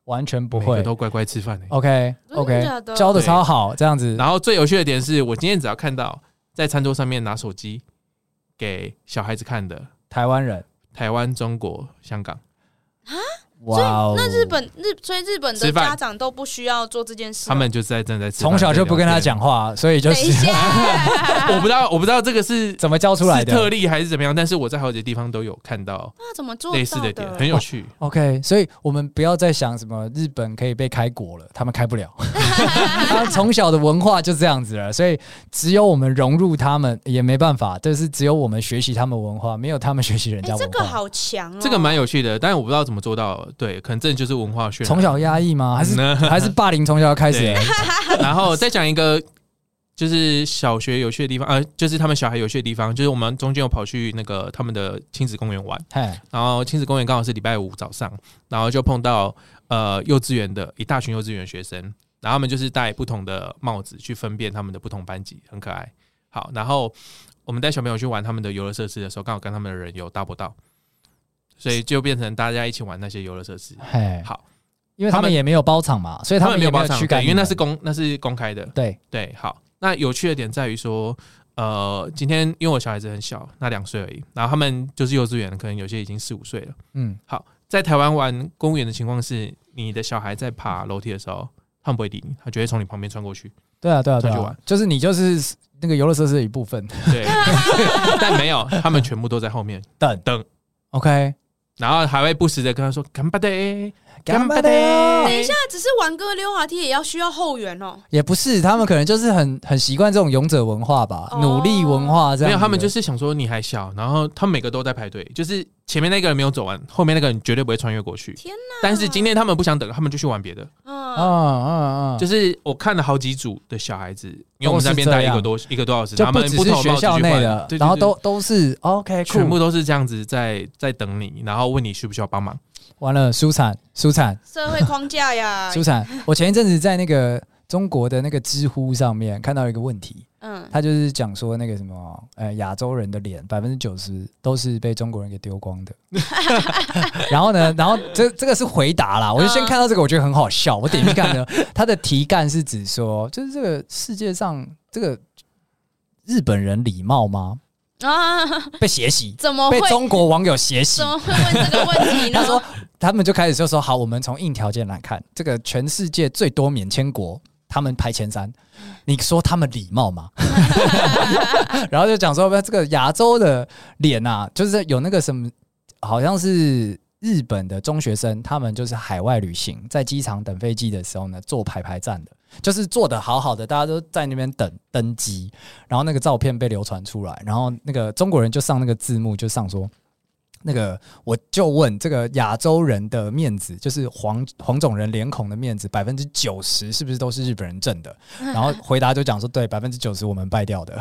完全不会， 每个都乖乖吃饭、欸。 OK OK， 教的超好，这样子。 然后最有趣的点是我今天只要看到在餐桌上面拿手机给小孩子看的台湾人， 台湾、中国、香港啊。所以那日本日，所以日本的家长都不需要做这件事， 他们就是在正在吃饭， 从小就不跟他讲话，所以就是。 等一下， 我不知道，我不知道这个是怎么教出来的， 是特例还是怎么样？但是我在好几个地方都有看到，那怎么做类似的点，很有趣。 OK， 所以我们不要再想什么日本可以被开国了，他们开不了。他从小的文化就这样子了，所以只有我们融入他们也没办法，就是只有我们学习他们文化，没有他们学习人家文化。欸、 这个好强哦， 这个蛮有趣的，但是我不知道怎么做到。对，可能这就是文化渲染。 从小压抑吗？还是还是霸凌从小开始？ 然后再讲一个，就是小学有趣的地方，呃，就是他们小孩有趣的地方，就是我们中间有跑去那个他们的亲子公园玩，然后亲子公园刚好是礼拜五早上，然后就碰到呃幼稚园的一大群幼稚园学生，然后他们就是戴不同的帽子去分辨他们的不同班级，很可爱。好，然后我们带小朋友去玩他们的游乐设施的时候，刚好跟他们的人有搭不到，所以就变成大家一起玩那些游乐设施。好。 因为他们也没有包场嘛，所以他们也没有驱赶， 因为那是公那是公开的。 对对，好。那有趣的点在于说，呃，今天因为我小孩子很小，那两岁而已，然后他们就是幼稚园，可能有些已经四五岁了。嗯，好，在台湾玩公园的情况是，你的小孩在爬楼梯的时候，他们不会理你，他就会从你旁边穿过去。 对啊，对啊，对啊，就是你就是那个游乐设施的一部分。 对，但没有，他们全部都在后面等等。 OK， 然后还会不时的跟他说干巴的。 干巴的， 等一下，只是玩个溜滑梯也要需要后援哦。 也不是，他们可能就是很很习惯这种勇者文化吧，哦、努力文化这样。 没有，他们就是想说你还小，然后他们每个都在排队，就是前面那个人没有走完，后面那个人绝对不会穿越过去。天哪！但是今天他们不想等，他们就去玩别的。嗯嗯嗯，就是我看了好几组的小孩子，因为我们在那边待一个多一个多小时， 就不只是学校内的，对对对，然后都都是 OK， 全部都是这样子在在等你，然后问你需不需要帮忙。 完了，舒惨，舒惨， 社会框架呀， 舒惨。我前一阵子在那个中国的那个知乎上面看到一个问题，嗯，他就是讲说那个什么，呃，亚洲人的脸百分之九十都是被中国人给丢光的。然后呢，然后这这个是回答啦，我就先看到这个，我觉得很好笑，我点进去看呢，他的题干是指说，就是这个世界上这个日本人礼貌吗？啊！被血洗， 怎么会被中国网友血洗？ 怎么会问这个问题呢？ 他说，他们就开始就说，好，我们从硬条件来看，这个全世界最多免签国，他们排前三，你说他们礼貌吗？然后就讲说，这个亚洲的脸啊，就是有那个什么，好像是日本的中学生，他们就是海外旅行，在机场等飞机的时候呢，做排排站的。就是做得好好的，大家都在那边等登机，然后那个照片被流传出来，然后那个中国人就上那个字幕，就上说，那个我就问这个亚洲人的面子，就是黄黄种人脸孔的面子，百分之九十是不是都是日本人挣的？然后回答就讲说，对，百分之九十我们败掉的，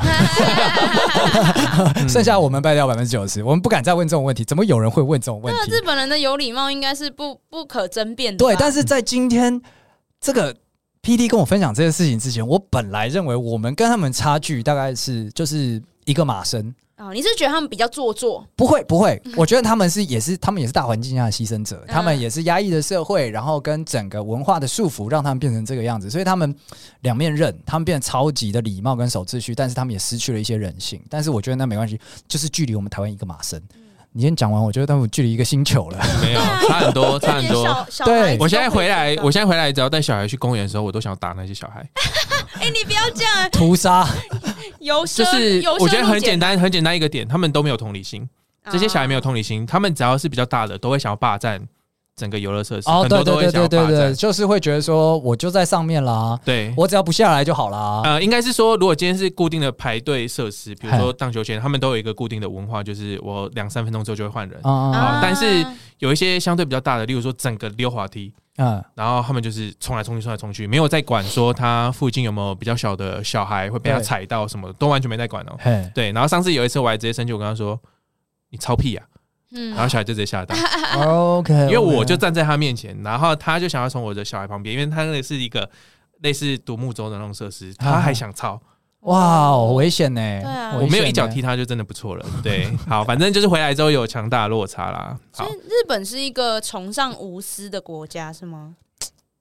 剩下我们败掉百分之九十，我们不敢再问这种问题。怎么有人会问这种问题？ 那日本人的有礼貌应该是不不可争辩的。 对，但是在今天这个。P D 跟我分享这件事情之前，我本来认为我们跟他们差距大概是就是一个马身。 哦，你是觉得他们比较做作？ 不会不会，我觉得他们是也是他们也是大环境下的牺牲者，他们也是压抑的社会，然后跟整个文化的束缚，让他们变成这个样子，所以他们两面刃，他们变得超级的礼貌跟守秩序，但是他们也失去了一些人性。但是我觉得那没关系，就是距离我们台湾一个马身。你今天讲完，我觉得他们距离一个星球了， 没有差很多，差很多。 对， 我现在回来，我现在回来，只要带小孩去公园的时候，我都想打那些小孩。 哎、欸，你不要这样， 屠杀。 就是我觉得很简单，很简单一个点，他们都没有同理心。这些小孩没有同理心，他们只要是比较大的，都会想要霸占整个游乐设施。哦，对对对对对对， 就是会觉得说，我就在上面啦，对，我只要不下来就好啦。 呃，应该是说，如果今天是固定的排队设施，比如说荡秋千，他们都有一个固定的文化，就是我两三分钟之后就会换人。啊，但是有一些相对比较大的，例如说整个溜滑梯。嗯，然后他们就是冲来冲去，冲来冲去，没有在管说他附近有没有比较小的小孩会被他踩到什么的，都完全没在管哦。对，然后上次有一次我还直接生气，我跟他说：“你超屁呀！”嗯，然后小孩就直接吓到。 OK， 因为我就站在他面前，然后他就想要从我的小孩旁边，因为他那是一个类似独木舟的那种设施，他还想操。 哇，好危险呢！ 对啊， 我没有一脚踢他就真的不错了。对，好，反正就是回来之后有强大的落差啦。 所以日本是一个崇尚无私的国家，是吗？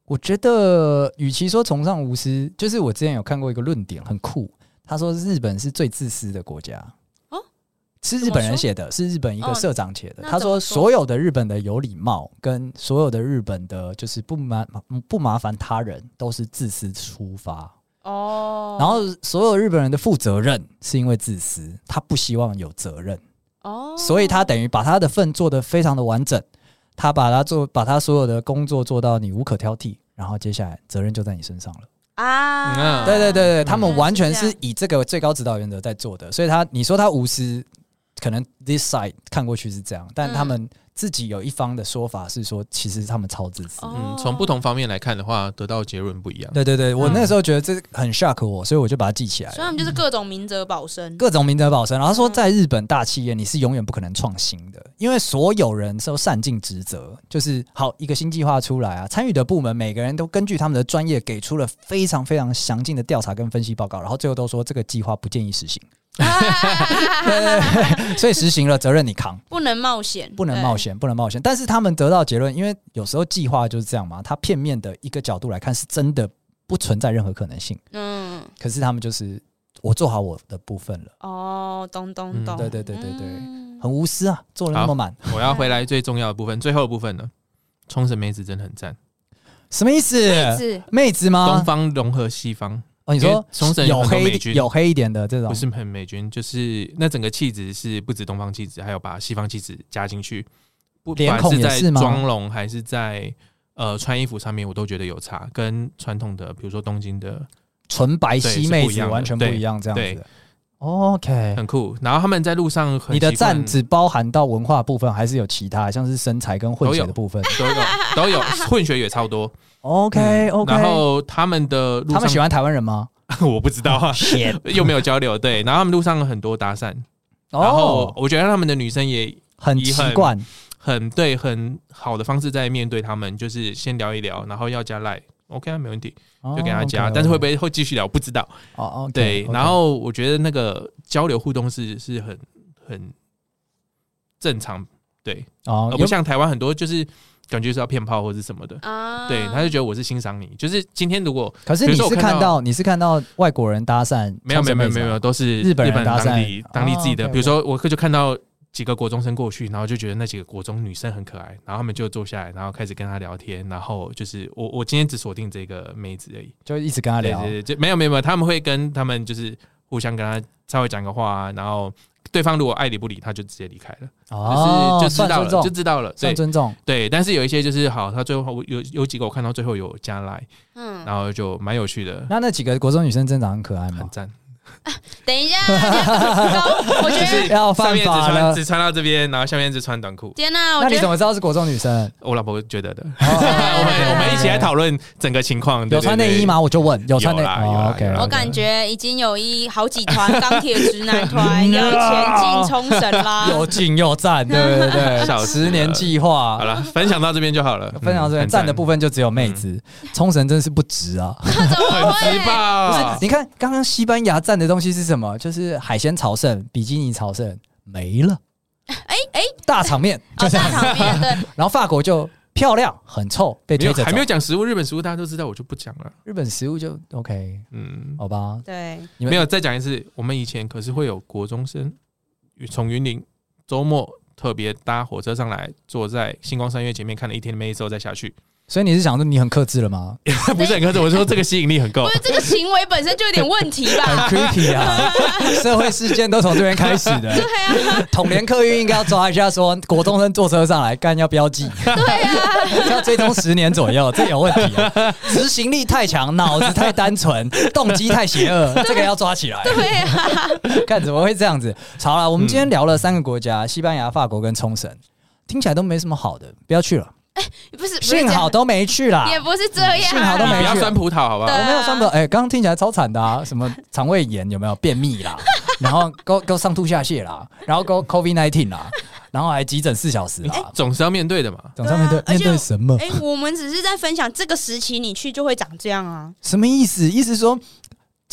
我觉得，与其说崇尚无私，就是我之前有看过一个论点，很酷。他说日本是最自私的国家。哦，是日本人写的，是日本一个社长写的。哦、他说，所有的日本的有礼貌，跟所有的日本的就是不麻不麻烦他人，都是自私出发。哦，然后所有日本人的负责任，是因为自私，他不希望有责任。哦，所以他等于把他的份做得非常的完整。他把他做，把他所有的工作做到你无可挑剔，然后接下来责任就在你身上了啊！对对对对，他们完全是以这个最高指导原则在做的，所以他你说他无私，可能 this side 看过去是这样，但他们自己有一方的说法是说，其实他们超自私。 嗯，从不同方面来看的话，得到结论不一样。 对对对，我那个时候觉得这很 shock 我，所以我就把它记起来了。 所以他们就是各种明哲保身， 各种明哲保身。然后说，在日本大企业，你是永远不可能创新的，因为所有人都善尽职责。就是好一个新计划出来啊，参与的部门每个人都根据他们的专业给出了非常非常详尽的调查跟分析报告，然后最后都说这个计划不建议实行。对对对，所以实行了，责任你扛， 不能冒险， 不能冒险，不能冒险。但是他们得到结论，因为有时候计划就是这样嘛，他片面的一个角度来看，是真的不存在任何可能性。嗯，可是他们就是我做好我的部分了。 哦，懂懂懂， 嗯、对对对对对，嗯、很无私啊，做了那么满。 我要回来最重要的部分，最后的部分呢，冲绳妹子真的很赞。 什么意思？妹子妹子吗？ 东方融合西方。 哦，你说冲绳有黑有黑一点的这种， 不是很美军，就是那整个气质是不止东方气质，还有把西方气质加进去。不管是在妆容还是在呃穿衣服上面，我都觉得有差，跟传统的比如说东京的纯白皙妹子完全不一样，这样子。OK， 很酷。然后他们在路上很， 你的赞只包含到文化部分，还是有其他，像是身材跟混血的部分都有，都有混血也超多。 OK OK，、嗯、 然后他们的路上， 他们喜欢台湾人吗？ 我不知道啊，又没有交流。对，然后他们路上很多搭讪，哦、然后我觉得他们的女生也很习惯， 很对，很好的方式在面对他们，就是先聊一聊，然后要加 line。OK 啊，没问题，就给他加，哦、okay, okay. 但是会不会会继续聊，不知道。哦， okay, 对， okay. 然后我觉得那个交流互动是是很很正常，对，哦，而不像台湾很多就是感觉是要骗炮或者什么的啊。对，他就觉得我是欣赏你，就是今天如果可是你是看到你是看到外国人搭讪， 没有没有没有没有，都是日本人搭讪， 当地当地自己的，哦 okay, 比如说我就看到几个国中生过去，然后就觉得那几个国中女生很可爱，然后他们就坐下来，然后开始跟他聊天，然后就是我我今天只锁定这个妹子而已， 就一直跟他聊， 对对对，就没有没有没有，他们会跟他们就是互相跟他稍微讲个话啊，然后对方如果爱理不理，他就直接离开了，哦，就是就知道了，就知道了， 算尊重， 对。但是有一些就是好，他最后有有几个我看到最后有加来，嗯，然后就蛮有趣的。 那那几个国中女生真的很可爱吗？ 很赞。 啊、等一下，我觉得要犯法了， 只穿到这边，然后下面只穿短裤。 天哪！ 那你怎么知道是国中女生？ 我老婆觉得的。哦、我们我们一起来讨论整个情况。 有穿内衣吗？我就问，有穿内衣。 哦 okay, okay. 我感觉已经有一好几团钢铁直男团要前进冲绳啦， 又近又赞，对对对，小十年计划。 好了，分享到这边就好了。 分享到这边，赞的部分就只有妹子。冲绳真是不值啊， 怎么会？ 很值吧？ 不是，你看刚刚西班牙赞的东西是什么？就是海鲜朝圣、比基尼朝圣没了，哎哎、欸，大场面就这样、哦， 大场面对。 然后法国就漂亮，很臭，被推着走。 还没有讲食物，日本食物大家都知道，我就不讲了。 日本食物就 OK， 嗯，好吧。 对， 没有再讲一次，我们以前可是会有国中生从云林周末特别搭火车上来，坐在星光三月前面看了一天的妹之后再下去。 所以你是想说你很克制了吗？ 不是很克制，我说这个吸引力很够。 不是这个行为本身就有点问题吧？ 很 creepy 啊！社会事件都从这边开始的。 对啊， 统联客运应该要抓一下，说国中生坐车上来干要标记。 对啊， 要追踪十年左右，这有问题啊！执行力太强，脑子太单纯，动机太邪恶，这个要抓起来。 对啊， 看怎么会这样子？好了，我们今天聊了三个国家：西班牙、法国跟冲绳，听起来都没什么好的，不要去了。 哎、欸，不是， 幸好都没去啦， 也不是这样， 幸好都没去。 不要酸葡萄，好不好？ 我没有酸葡萄。哎、欸，刚刚听起来超惨的啊，什么肠胃炎有没有？便秘啦，然后够够上吐下泻啦，然后够 COVID 十九 啦，然后还急诊四小时啦， 欸、总是要面对的嘛， 总是要面对，面对什么？ 哎、欸，我们只是在分享这个时期你去就会长这样啊， 什么意思？意思说。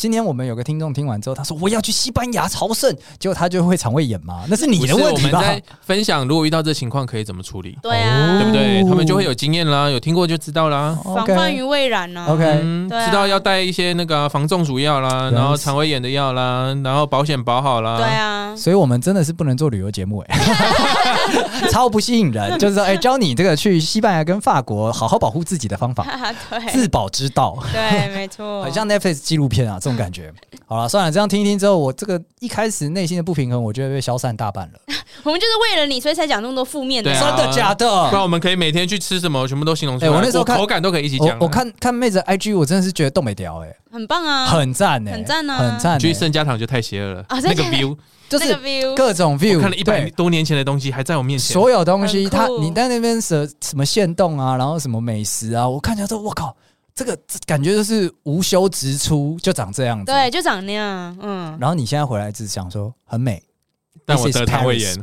今天我们有个听众听完之后，他说我要去西班牙朝圣，结果他就会肠胃炎吗？那是你的问题吧？ 我们在分享，如果遇到这情况可以怎么处理？ 对啊， 对不对？他们就会有经验啦，有听过就知道啦， 防范于未然呢。 OK， 嗯啊、知道要带一些那个防中暑药啦，然后肠胃炎的药啦，然后保险保好啦。 对啊， 所以我们真的是不能做旅游节目哎、欸，超不吸引人。就是说，哎、欸，教你这个去西班牙跟法国好好保护自己的方法，自保之道。 对，没错， 很像 Netflix 纪录片啊，这种感觉。好了，算了，这样听一听之后，我这个一开始内心的不平衡，我觉得被消散大半了。 我们就是为了你，所以才讲那么多负面的。 啊、 真的假的？ 不然我们可以每天去吃什么，全部都形容出来。 欸、我那时候看口感都可以一起讲。 我, 我看看妹子的 I G， 我真的是觉得动没掉哎、欸， 很棒啊， 很赞哎、欸， 很赞啊， 很赞、欸。 去圣家堂就太邪恶了，啊、那个 view 就是各种 view， 我看了一百多年前的东西还在我面前， 所有东西，它你在那边什什么限动啊，然后什么美食啊，我看起来说，我靠。这个感觉就是无休直出，就长这样子， 对，就长那样，嗯。 然后你现在回来只想说很美， 但我得肠胃炎。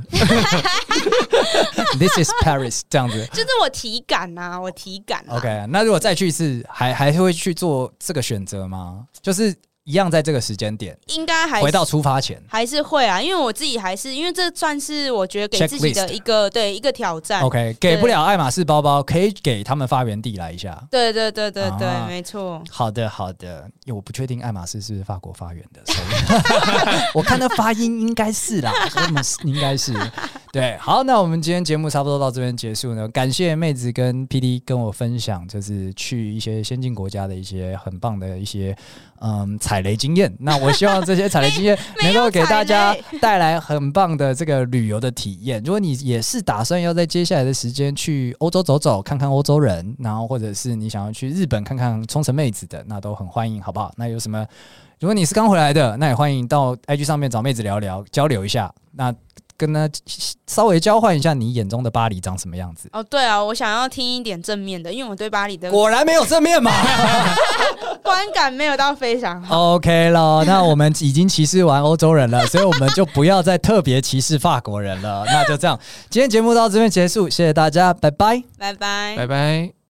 This is Paris， 这样子， 就是我体感呐、啊，我体感、啊。 OK， 那如果再去一次，还还会去做这个选择吗？就是一样在这个时间点， 应该还是回到出发前还是会啊，因为我自己还是因为这算是我觉得给自己的一个对一个挑战。 OK， 给不了爱马仕包包，可以给他们发源地来一下。 对对对对对， 啊、 没错。 好的好的，因为我不确定爱马仕是不是法国发源的，所以我看那发音应该是啦，应该是。对，好，那我们今天节目差不多到这边结束呢。感谢妹子跟 P D 跟我分享，就是去一些先进国家的一些很棒的一些嗯踩雷经验。那我希望这些踩雷经验能够给大家带来很棒的这个旅游的体验。如果你也是打算要在接下来的时间去欧洲走走，看看欧洲人，然后或者是你想要去日本看看冲绳妹子的，那都很欢迎，好不好？那有什么？如果你是刚回来的，那也欢迎到 I G 上面找妹子聊聊，交流一下。那跟他稍微交换一下你眼中的巴黎长什么样子。 哦，对啊，我想要听一点正面的，因为我对巴黎的果然没有正面嘛， 观感没有到非常好。 OK 了，那我们已经歧视完欧洲人了，所以我们就不要再特别歧视法国人了。那就这样，今天节目到这边结束，谢谢大家，拜拜， 拜拜， 拜拜。